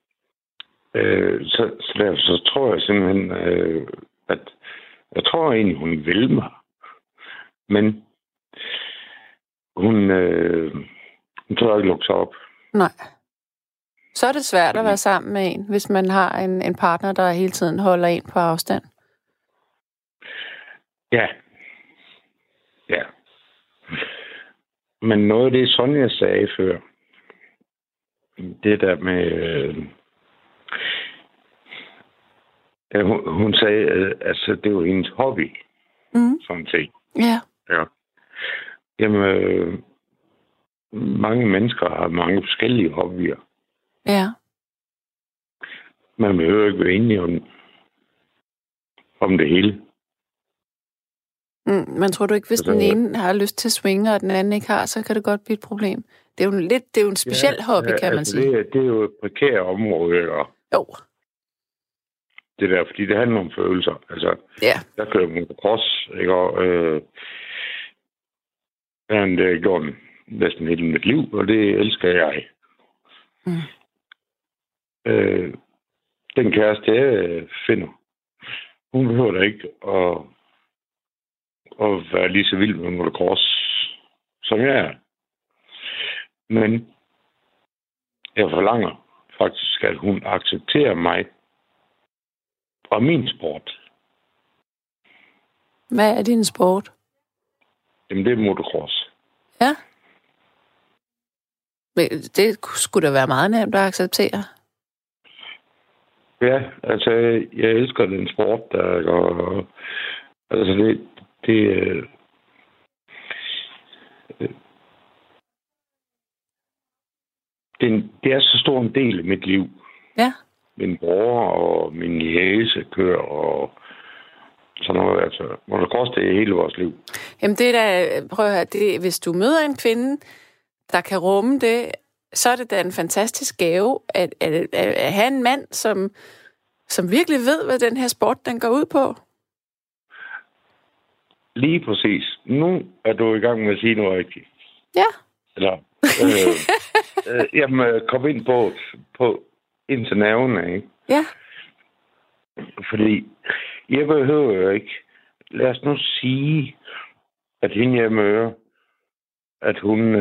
Så derfor så tror jeg simpelthen, at jeg tror egentlig, hun vil mig. Men hun tør ikke lukke sig op. Nej. Så er det svært at være sammen med en, hvis man har en partner, der hele tiden holder en på afstand. Ja. Ja. Men noget af det, Sonja sagde før, det der med... hun sagde, altså det var hendes hobby. Sådan set. Ja. Ja. Jamen, mange mennesker har mange forskellige hobbyer. Ja. Man behøver ikke være enige om det hele. Men tror du ikke, hvis den ene har lyst til at swinge, og den anden ikke har, så kan det godt blive et problem? Det er jo en speciel hobby, kan man sige. Det er jo et prekært område, ikke? Jo. Det der, fordi det handler om følelser. Altså, jeg kører motocross, ikke? Og det har gjort næsten hele mit liv, og det elsker jeg. Den kæreste, jeg finder, hun behøver da ikke at være lige så vild med motocross, som jeg er. Men jeg forlanger faktisk, at hun accepterer mig og min sport. Hvad er din sport? Jamen, det er motocross. Ja. Men det skulle da være meget nemt at acceptere. Ja, altså, jeg elsker den sport, der går... Altså, det er så stor en del af mit liv. Ja. Min bror og min niece kører og sådan noget. Altså, motocross, det er hele vores liv. Jamen, det er da... Prøv at høre, hvis du møder en kvinde, der kan rumme det, så er det da en fantastisk gave at have en mand, som virkelig ved, hvad den her sport, den går ud på. Lige præcis. Nu er du i gang med at sige noget rigtigt. Ja. Eller, jamen, kom ind på ind til nervene, ikke? Ja. Fordi jeg behøver jo ikke... Lad os nu sige, at hende jeg møder, at hun...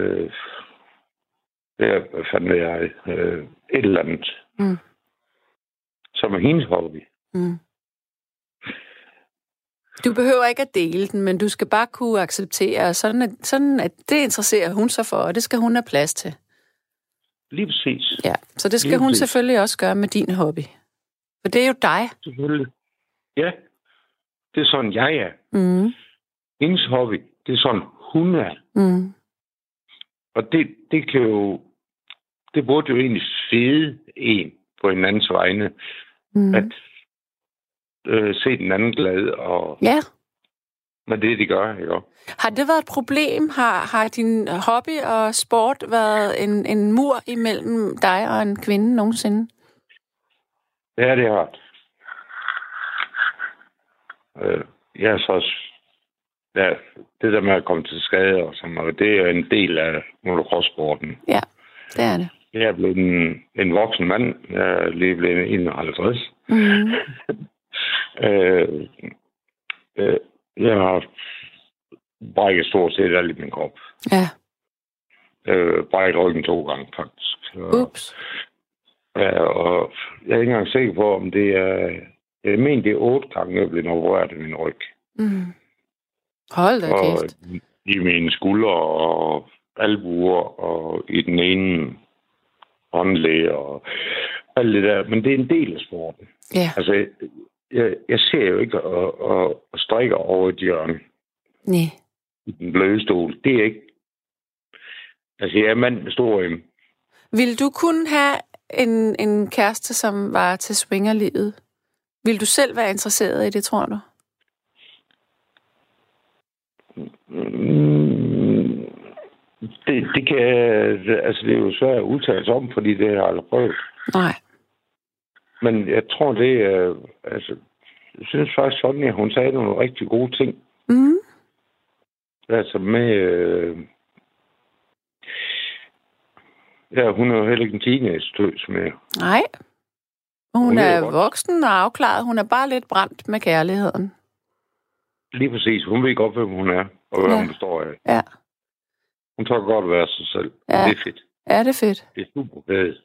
hvad fanden er jeg? Et eller andet. Som er hendes hobby. Du behøver ikke at dele den, men du skal bare kunne acceptere, sådan at det interesserer hun sig for, og det skal hun have plads til. Lige præcis. Ja, så det skal hun selvfølgelig også gøre med din hobby. For det er jo dig. Selvfølgelig. Ja, det er sådan, jeg er. Hendes hobby, det er sådan, hun er. Og det kan jo... Det burde jo egentlig fede en på hinandens vegne. At se den anden glad og... Ja. Med det, de gør, ikke? Har det været et problem? Har din hobby og sport været en mur imellem dig og en kvinde nogensinde? Ja, det har. Jeg er så... Ja, det der med at komme til skade og sådan noget, det er en del af motocross-sporten. Ja, det er det. Jeg er blevet en voksen mand. Jeg er lige blevet 51. Jeg har brækket stort set alt i min krop. Ja. Brækket ryggen 2 gange, faktisk. Ups. Og jeg er ikke engang sikker på, om det er... Jeg mener, det er 8 gange, jeg blev opereret i min ryg. Hold da kæft. I mine skuldre og albuer og i den ene håndlæge og alt det der. Men det er en del af sporten. Ja. Altså, jeg ser jo ikke at strikke over et hjørne. Nej. I den bløde stol. Det er ikke... Altså, jeg er mand med stor M. Vil du kunne have en kæreste, som var til swingerlivet? Vil du selv være interesseret i det, tror du? Det kan... Altså, det er jo svært at udtale sig om, fordi det har jeg aldrig prøvet. Nej. Men jeg tror, det er... Altså, jeg synes faktisk sådan, at hun sagde nogle rigtig gode ting. Altså med... Ja, hun er jo heller ikke en teenage-tøs mere. Nej. Hun er voksen og afklaret. Hun er bare lidt brændt med kærligheden. Lige præcis. Hun ved godt, hvem hun er, og hvad hun består af. Ja. Hun tager godt være sig selv. Ja. Det er fedt. Ja, det er fedt. Det er super fedt.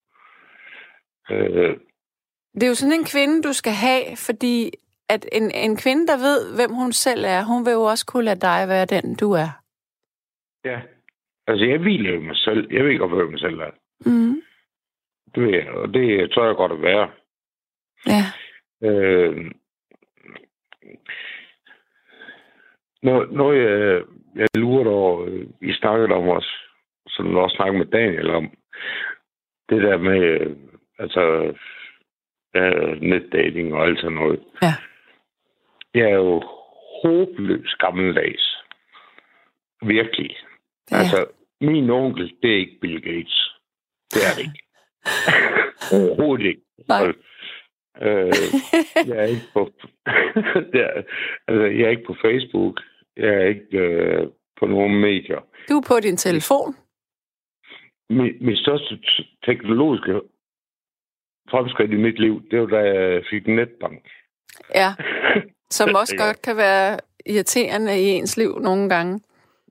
Det er jo sådan en kvinde, du skal have, fordi at en kvinde, der ved, hvem hun selv er, hun vil jo også kunne lade dig være den, du er. Ja. Altså, jeg hviler jo mig selv. Jeg ved godt, hvem jeg selv er. Det ved jeg, og det tror jeg godt at være. Ja. Noget jeg lurer over, I snakkede om også, kan du også snakke med Daniel om det der med, netdating og alt sådan noget. Ja. Jeg er jo håbløs gammeldags. Virkelig. Ja. Min onkel, det er ikke Bill Gates. Det er det ikke. Overhovedet ikke. Nej. Jeg er ikke på... jeg er ikke på Facebook. Jeg er ikke på nogen medier. Du er på din telefon. Min største teknologiske fremskridt i mit liv, det var, da jeg fik en netbank. Ja, som også godt kan være irriterende i ens liv nogle gange.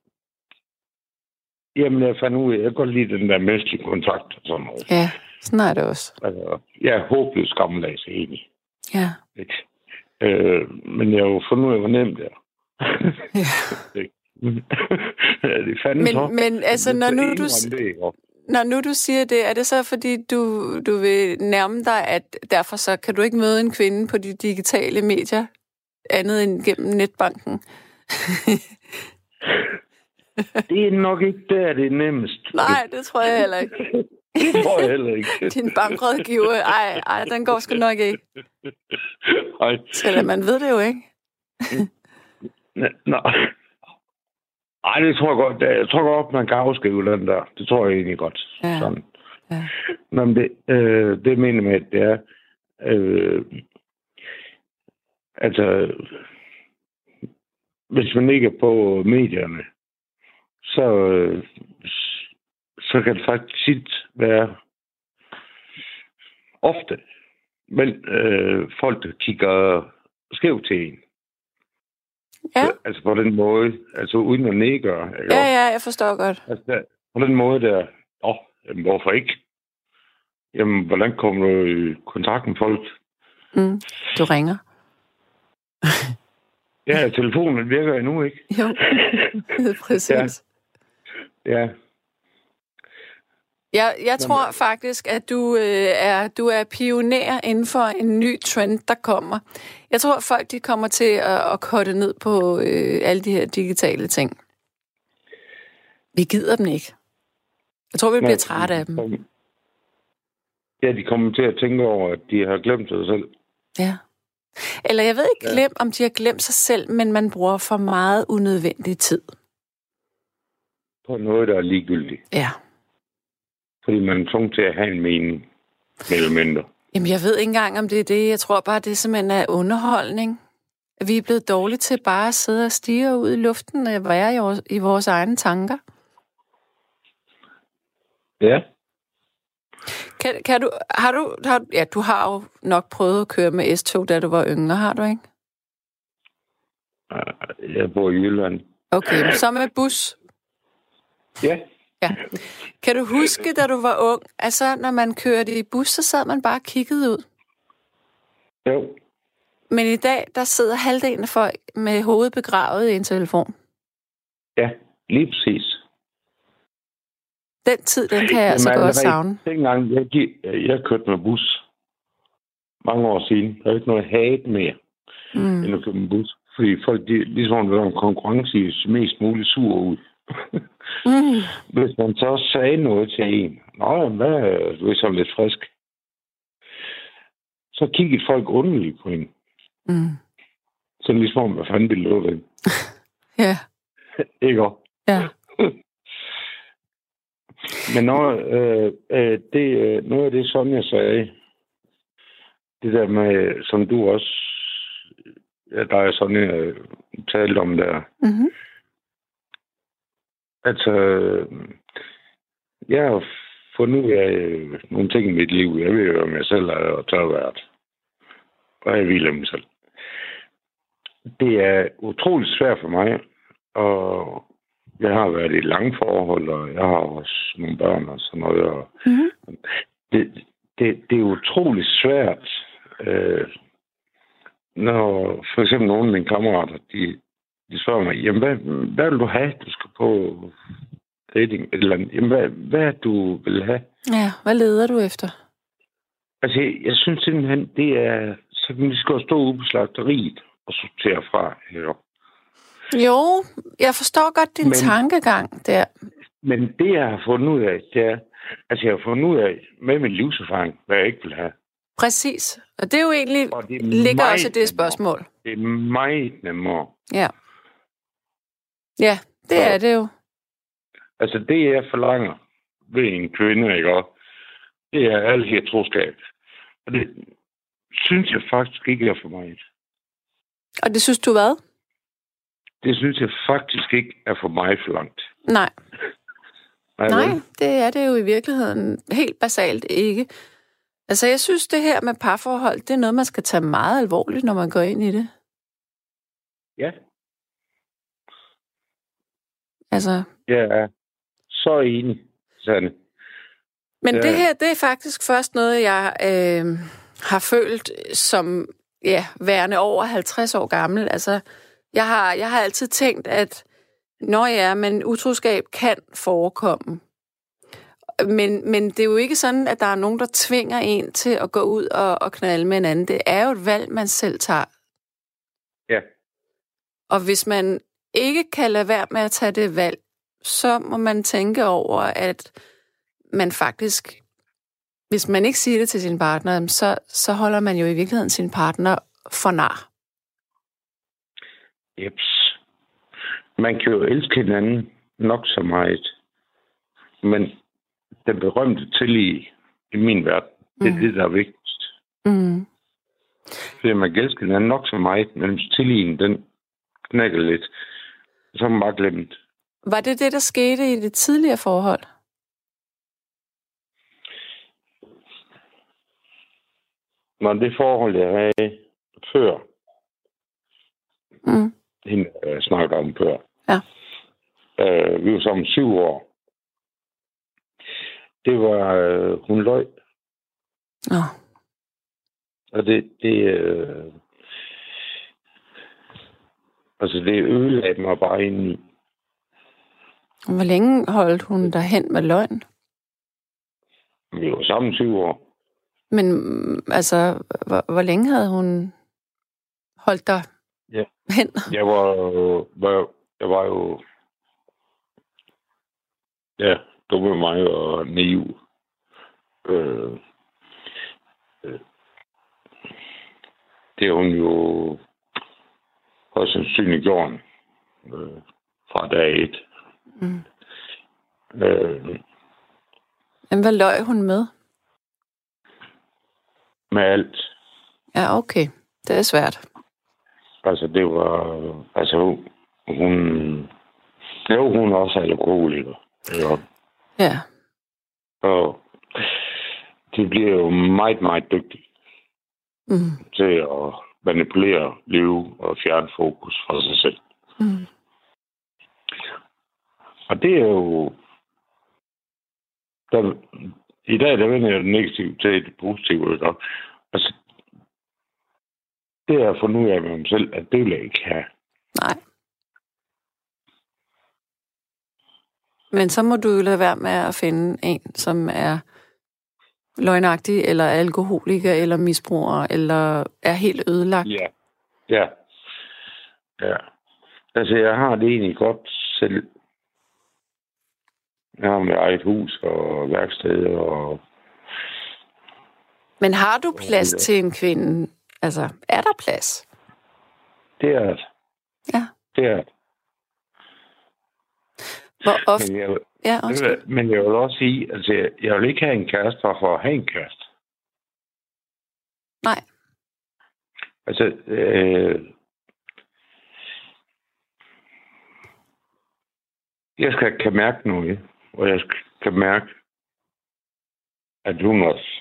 Jamen, jeg fandt ud af, jeg kan godt lide den der menneskelige kontakt og sådan noget. Ja, sådan er det også. Jeg er håbløs gammeldags enig. Ja. Men jeg har jo fundet ud af, hvor nemt det er. Ja. Det er fandme så. Men altså, når nu du siger det, er det så, fordi du vil nærme dig, at derfor så kan du ikke møde en kvinde på de digitale medier, andet end gennem netbanken? Det er nok ikke der, det er nemmest. Nej, det tror jeg heller ikke. Det tror jeg heller ikke. Din bankrådgiver, ej, den går sgu nok ikke. Ej. Selvom man ved det jo ikke. Nej. Ej, det tror jeg godt. Jeg tror godt, man kan afskrive den der. Det tror jeg egentlig godt. Ja. Sådan. Ja. Men det mener med, at det er... hvis man ikke er på medierne, så kan det faktisk tit være ofte, men folk, der kigger skævt til en. Ja. Altså på den måde, altså uden at nedgøre. Ja, jeg forstår godt. Altså på den måde der, jamen, hvorfor ikke? Jamen, hvordan kommer du i kontakt med folk? Du ringer. Ja, telefonen virker endnu, ikke? Jo, præcis. Ja. Jeg tror faktisk, at du er pioner inden for en ny trend, der kommer. Jeg tror, folk de kommer til at korte ned på alle de her digitale ting. Vi gider dem ikke. Jeg tror, vi bliver trætte af dem. Ja, de kommer til at tænke over, at de har glemt sig selv. Ja. Eller jeg ved ikke, om de har glemt sig selv, men man bruger for meget unødvendig tid. På noget, der er ligegyldigt. Ja. Fordi man er tvunget til at have en mening med elementer. Jamen, jeg ved ikke engang, om det er det. Jeg tror bare, det simpelthen er underholdning. At vi er blevet dårlige til bare at sidde og stirre ud i luften og være i vores egne tanker. Ja. Kan du, du har jo nok prøvet at køre med S-tog, da du var yngre, har du ikke? Jeg bor i Jylland. Okay, så med bus? Ja. Ja. Kan du huske, da du var ung, altså når man kørte i bus, så sad man bare og kiggede ud? Jo. Men i dag, der sidder halvdelen af folk med hovedet begravet i en telefon. Ja, lige præcis. Den tid, den kan jeg altså godt savne. Dengang jeg kørte med bus, mange år siden, der er ikke noget hat mere, end at køre med bus. Fordi folk, de ligesom var en konkurrence i mest muligt sur ud. Hvis man så sagde noget til en, du er så lidt frisk, så kiggede folk underligt på en. Så ligesom, hvad fanden ville lå det? Ja. Ikke også? Ja. Men noget af det, Sonja sagde, det der med, som du også, der er Sonja talt om der, altså, jeg har fundet ud af nogle ting i mit liv. Jeg ved jo, om jeg selv er tørvært. Og jeg vil mig selv. Det er utroligt svært for mig, og jeg har været i lange forhold, og jeg har også nogle børn og sådan noget. Og det er utroligt svært, når for eksempel nogle af mine kammerater, de spørger mig, jamen, hvad vil du have, du skal på dating? Eller, jamen, hvad du vil have? Ja, hvad leder du efter? Altså, jeg synes simpelthen, det er, så kan vi skal stå ude på slagteriet og sortere fra. Jo, jeg forstår godt din tankegang der. Men det, jeg har fundet ud af, det er, altså jeg har fundet ud af med min livserfaring, hvad jeg ikke vil have. Præcis. Og det er jo egentlig, det ligger også i det spørgsmål. Det er meget nemmere. Ja. Ja, det er det jo. Altså det, jeg forlanger ved en kvinde, ikke også? Det er alt heteroskab. Og det synes jeg faktisk ikke er for mig. Og det synes du hvad? Det synes jeg faktisk ikke er for mig for langt. Nej. Nej, det er det jo i virkeligheden helt basalt ikke. Altså, jeg synes, det her med parforhold, det er noget, man skal tage meget alvorligt, når man går ind i det. Ja. Altså. Jeg er så enig, Sanne. Men det her, det er faktisk først noget, jeg har følt som værende over 50 år gammel. Altså, jeg har altid tænkt, at men utroskab kan forekomme. Men det er jo ikke sådan, at der er nogen, der tvinger en til at gå ud og knalde med en anden. Det er jo et valg, man selv tager. Ja. Og hvis man ikke kan lade være med at tage det valg, så må man tænke over, at man faktisk, hvis man ikke siger det til sin partner, så holder man jo i virkeligheden sin partner for nar. Jeps. Man kan jo elske hinanden nok så meget. Men den berømte tillid i min verden, det er det, der er vigtigst. Mm. Fordi man kan elske hinanden nok så meget, men hvis tilliden, den knækker lidt, så har man bare glemt. Var det det, der skete i det tidligere forhold? Når det forhold, jeg havde før, hende snakkede om før, ja. Vi var sammen 7 år. Det var, hun løg. Og det ødelagde mig bare indeni. Hvor længe holdt hun derhen med løgn? Vi var sammen 7 år. Men altså, hvor længe havde hun holdt dig hen? Jeg var jo dum med mig og naiv. Det har hun jo også sandsynligt gjort fra dag 1. Mm. Men hvad løg hun med? Med alt. Ja, okay. Det er svært. Altså, det var... Altså, hun er også alkoholiker. Ja. Og de bliver jo meget, meget dygtige til at manipulere, lyve og fjerne fokus fra sig selv. Mm. Og det er jo... I dag, der vender jeg det negative til det positive, ikke? Altså, det er at finde ud af mig selv, at det vil jeg ikke have. Nej. Men så må du jo lade være med at finde en, som er løgnagtig, eller alkoholiker, eller misbruger, eller er helt ødelagt. Ja. Altså, jeg har det egentlig godt selv. Jeg har mit eget hus og værksted og... Men har du plads til en kvinde? Altså, er der plads? Det er det. Ja. Det er det. Hvor ofte? Men jeg vil også sige, altså, jeg vil ikke have en kæreste for at have en kæreste. Nej. Altså, jeg kan mærke noget, og jeg kan mærke, at hun også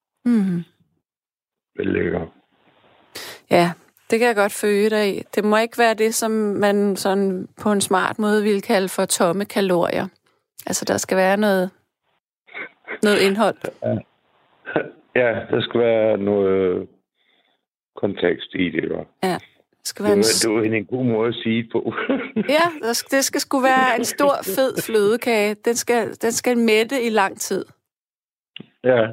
vil lægge. Ja, det kan jeg godt følge dig i. Det må ikke være det, som man sådan på en smart måde vil kalde for tomme kalorier. Altså, der skal være noget indhold. Ja, der skal være noget kontekst i det, jo. Ja. Det var en god måde at sige på. Ja, det skal sgu være en stor, fed flødekage. Den skal mætte i lang tid. Ja,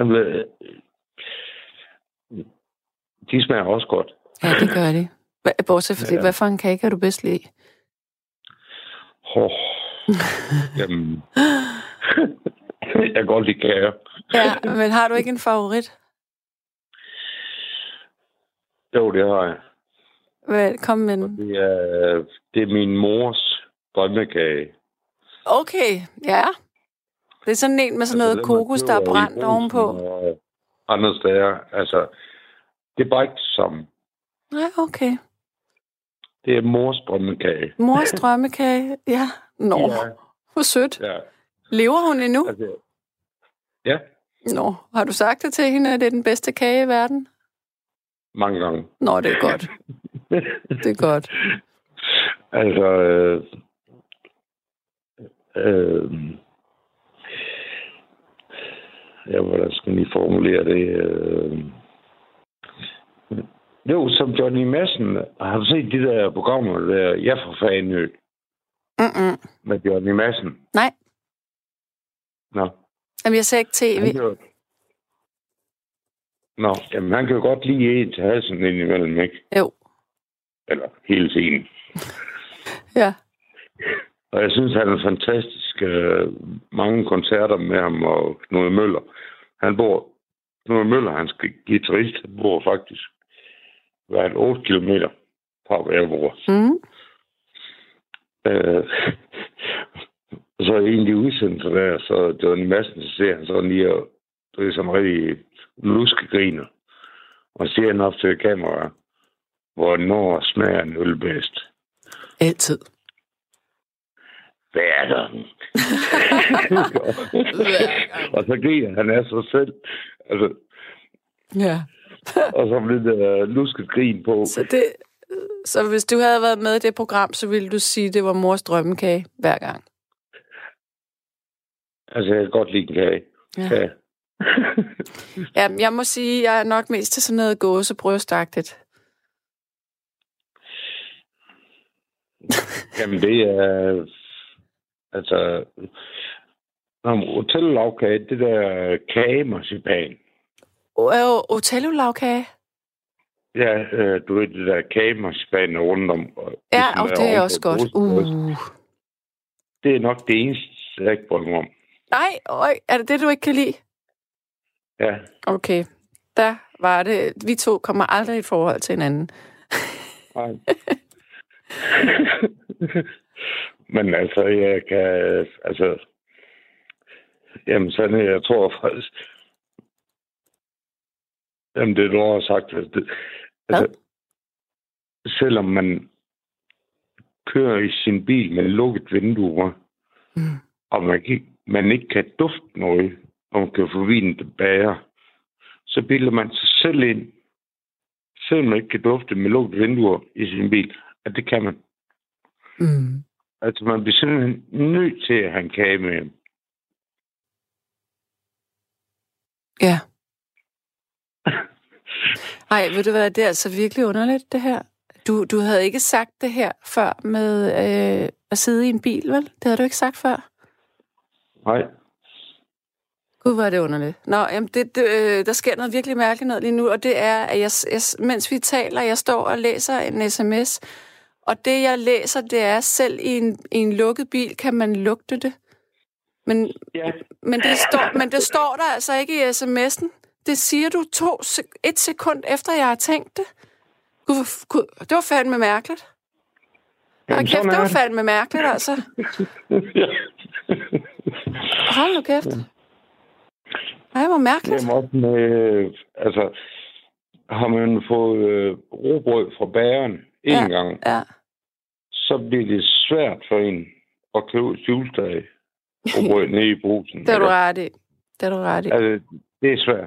de smager også godt. Ja, det gør de. Bortset fra det, hvad for en kage kan du bedst lide? Jamen, jeg kan godt lide kager. Ja, men har du ikke en favorit? Jo, det har jeg. Kom med den. Det er min mors drømmekage. Okay, ja. Det er sådan en med sådan noget kokos, der er brændt ovenpå. Og andre steder. Altså, det er bare ikke som. Nej, okay. Det er mors drømmekage. Mors drømmekage, ja. Nå, Ja. hvor sødt. Ja. Lever hun endnu? Altså, ja, Nå, har du sagt det til hende, at det er den bedste kage i verden? mange gange. Nå, det er godt. Det er godt. Altså, hvordan skal jeg lige formulere det? Jo, som Johnny Madsen. Har du set de der programmer, der Jeg fra Fanø? Med Johnny Madsen? Nej. Nå. Jamen, jeg ser ikke tv. Nå, jamen han kan jo godt lide en til halsen indimellem, ikke? Jo. Eller hele tiden. Ja. Og jeg synes, han er fantastisk. Mange koncerter med ham og Knud Møller. Knud Møller, hans guitarist, han bor faktisk 8 kilometer fra, hvor jeg bor. Mm. Så i en af de udsendelser der, så Johnny Madsen, så ser han sådan lige, og det er sådan rigtig luskegriner. Og ser han op til kameraet, hvornår smager en øl bedst. Altid. Hver gang. Og så griner han af sig selv. Altså, ja. og så bliver det lusket grin på. Så hvis du havde været med i det program, så ville du sige, at det var mors drømmekage hver gang? Altså, jeg kan godt lide en kage. Ja. Ja, jeg må sige, at jeg er nok mest til sådan noget gåsebrystagtigt. Jamen, det er... Altså... Hotellavkage, det der kagemarcipan. Hotellavkage? Ja, du ved, det der kagemarcipan rundt om. Ja, og det er også godt. Det er nok det eneste, jeg ikke bryder om. Nej, er det det, du ikke kan lide? Ja. Okay, der var det. Vi to kommer aldrig i forhold til hinanden. Nej. Men altså, jeg kan... Altså... Jamen, sådan jeg tror faktisk... Jamen, det du har sagt. Altså, selvom man kører i sin bil med lukket vinduer, og man ikke kan dufte noget, når man kører forbi en bager, så bilder man sig selv ind, selvom man ikke kan dufte med lukket vinduer i sin bil, at det kan man. Mm. Altså, man bliver simpelthen nødt til at have en kage med hjem. Ja. Ej, ved du hvad, det er altså virkelig underligt, det her. Du havde ikke sagt det her før med at sidde i en bil, vel? Det havde du ikke sagt før? Nej. Gud, hvor er det underligt. Nå, jamen, der sker noget virkelig mærkeligt noget lige nu, og det er, at jeg, mens vi taler, jeg står og læser en sms, og det, jeg læser, det er, selv i en lukket bil, kan man lugte det. Men det står der altså ikke i sms'en. Det siger du 1 sekund efter, jeg har tænkt det. Gud, det var fandme mærkeligt. Hold kæft, det var fandme mærkeligt, altså. Hold nu kæft. Ej, hvor mærkeligt. Jamen også med, altså, har man fået rugbrød fra bageren en gang, så bliver det svært for en at købe syltag rugbrød nede i brusen. Det er du ret i. Altså, det er svært.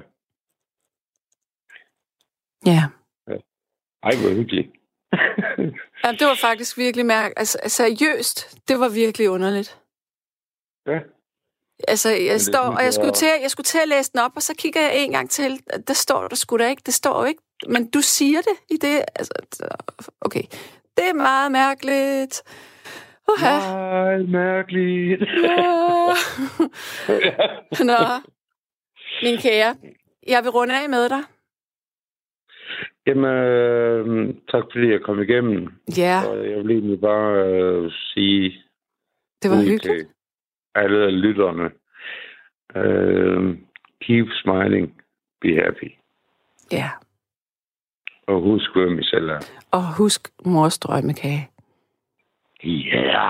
Ja. Ej, hvor hyggeligt. Ja, det var faktisk virkelig mærkeligt. Altså, seriøst, det var virkelig underligt. Ja. Altså, jeg skulle til at læse den op, og så kigger jeg en gang til. Der står der sgu da ikke. Det står jo ikke. Men du siger det i det. Altså, okay. Det er meget mærkeligt. Meget mærkeligt. Nå. Min kære, jeg vil runde af med dig. Jamen, tak fordi jeg kom igennem. Ja. Og jeg vil egentlig bare sige Det var hyggeligt. Alle lytterne. Keep smiling. Be happy. Ja. Og husk, hvem I selv er. Og husk mors drømmekage. Ja.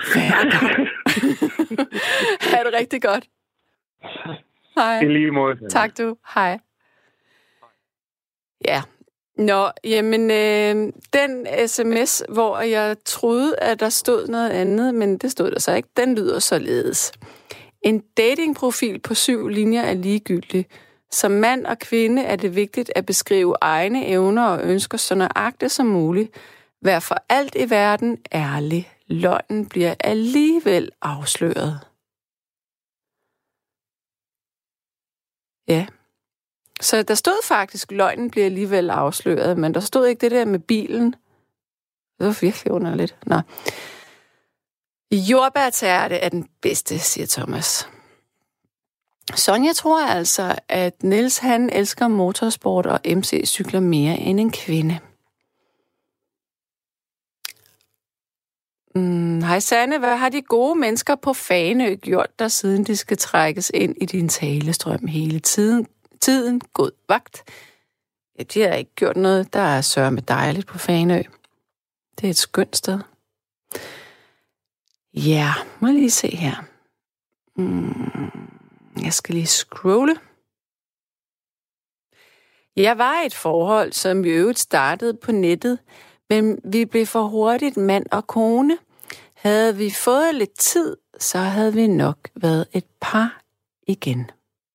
Ha' det rigtig godt. Hej. I lige måde. Tak du. Hej. Ja. Nå, jamen, den sms, hvor jeg troede, at der stod noget andet, men det stod der så ikke, den lyder således. En datingprofil på 7 linjer er ligegyldig. Som mand og kvinde er det vigtigt at beskrive egne evner og ønsker så nøjagtigt som muligt. Vær for alt i verden ærlig. Løgnen bliver alligevel afsløret. Ja. Så der stod faktisk, løgnen bliver alligevel afsløret, men der stod ikke det der med bilen. Det var virkelig underligt. Nå. Jordbærtærte er den bedste, siger Thomas. Sonja tror altså, at Niels han elsker motorsport og MC-cykler mere end en kvinde. Hej Sanne, hvad har de gode mennesker på Fanø gjort der, siden de skal trækkes ind i din talestrøm hele tiden? God vagt. Ja, de har ikke gjort noget, der er sørme dejligt på Fanø. Det er et skønt sted. Ja, må jeg lige se her. Jeg skal lige scrolle. Jeg var i et forhold, som i øvrigt startede på nettet, men vi blev for hurtigt mand og kone. Havde vi fået lidt tid, så havde vi nok været et par igen.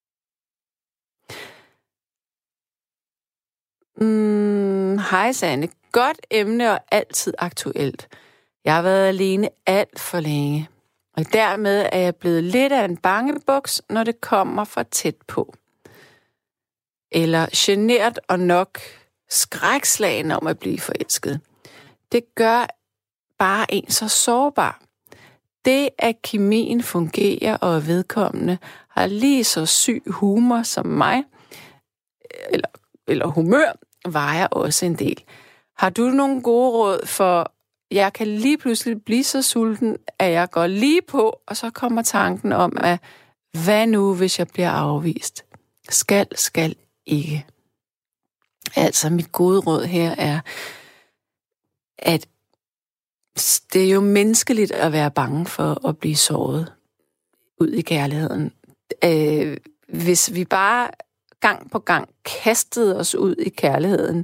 Hej Sanne. Godt emne og altid aktuelt. Jeg har været alene alt for længe. Og dermed er jeg blevet lidt af en bangebuks, når det kommer for tæt på. Eller genert og nok skrækslagen om at blive forelsket. Det gør bare en så sårbar. Det, at kemien fungerer og vedkommende har lige så syg humor som mig, eller humør, vejer også en del. Har du nogle gode råd for, jeg kan lige pludselig blive så sulten, at jeg går lige på, og så kommer tanken om, at hvad nu, hvis jeg bliver afvist? Skal ikke. Altså, mit gode råd her er, at det er jo menneskeligt at være bange for at blive såret ud i kærligheden. Hvis vi bare gang på gang kastede os ud i kærligheden,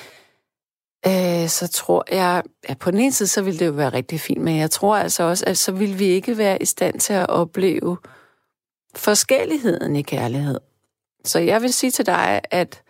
så tror jeg, at på den ene side, så ville det jo være rigtig fint, men jeg tror altså også, at så ville vi ikke være i stand til at opleve forskelligheden i kærlighed. Så jeg vil sige til dig, at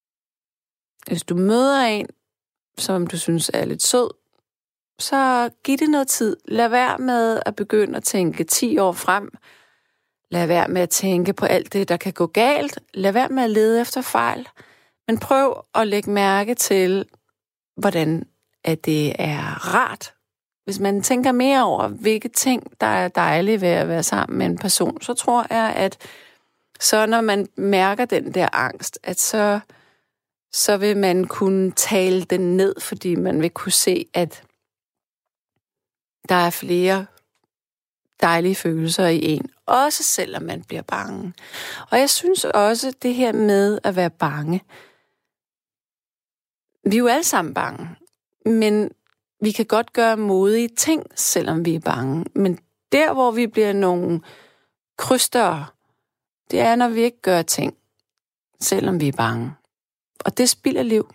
hvis du møder en, som du synes er lidt sød, så giv det noget tid. Lad være med at begynde at tænke 10 år frem. Lad være med at tænke på alt det, der kan gå galt. Lad være med at lede efter fejl. Men prøv at lægge mærke til, hvordan at det er rart. Hvis man tænker mere over, hvilke ting, der er dejlige ved at være sammen med en person, så tror jeg, at så når man mærker den der angst, at så vil man kunne tale den ned, fordi man vil kunne se, at der er flere dejlige følelser i en, også selvom man bliver bange. Og jeg synes også, det her med at være bange, vi er jo alle sammen bange, men vi kan godt gøre modige ting, selvom vi er bange. Men der, hvor vi bliver nogle krystere, det er, når vi ikke gør ting, selvom vi er bange. Og det spilder liv.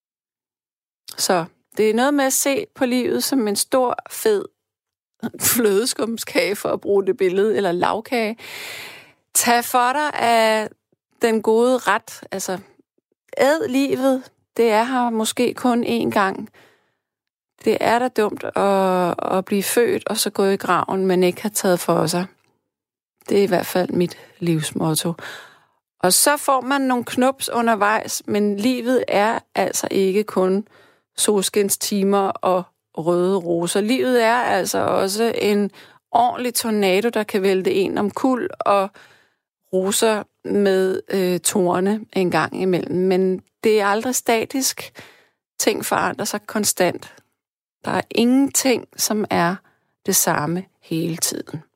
Så det er noget med at se på livet som en stor, fed flødeskumskage, for at bruge det billede, eller lavkage. Tag for dig af den gode ret. Altså, æd livet. Det er her måske kun én gang. Det er da dumt at blive født og så gå i graven, men ikke have taget for sig. Det er i hvert fald mit livsmotto. Og så får man nogle knups undervejs, men livet er altså ikke kun solskinstimer og røde roser. Livet er altså også en ordentlig tornado, der kan vælte en omkuld og roser med torne en gang imellem. Men det er aldrig statisk. Ting forandrer sig konstant. Der er ingenting, som er det samme hele tiden.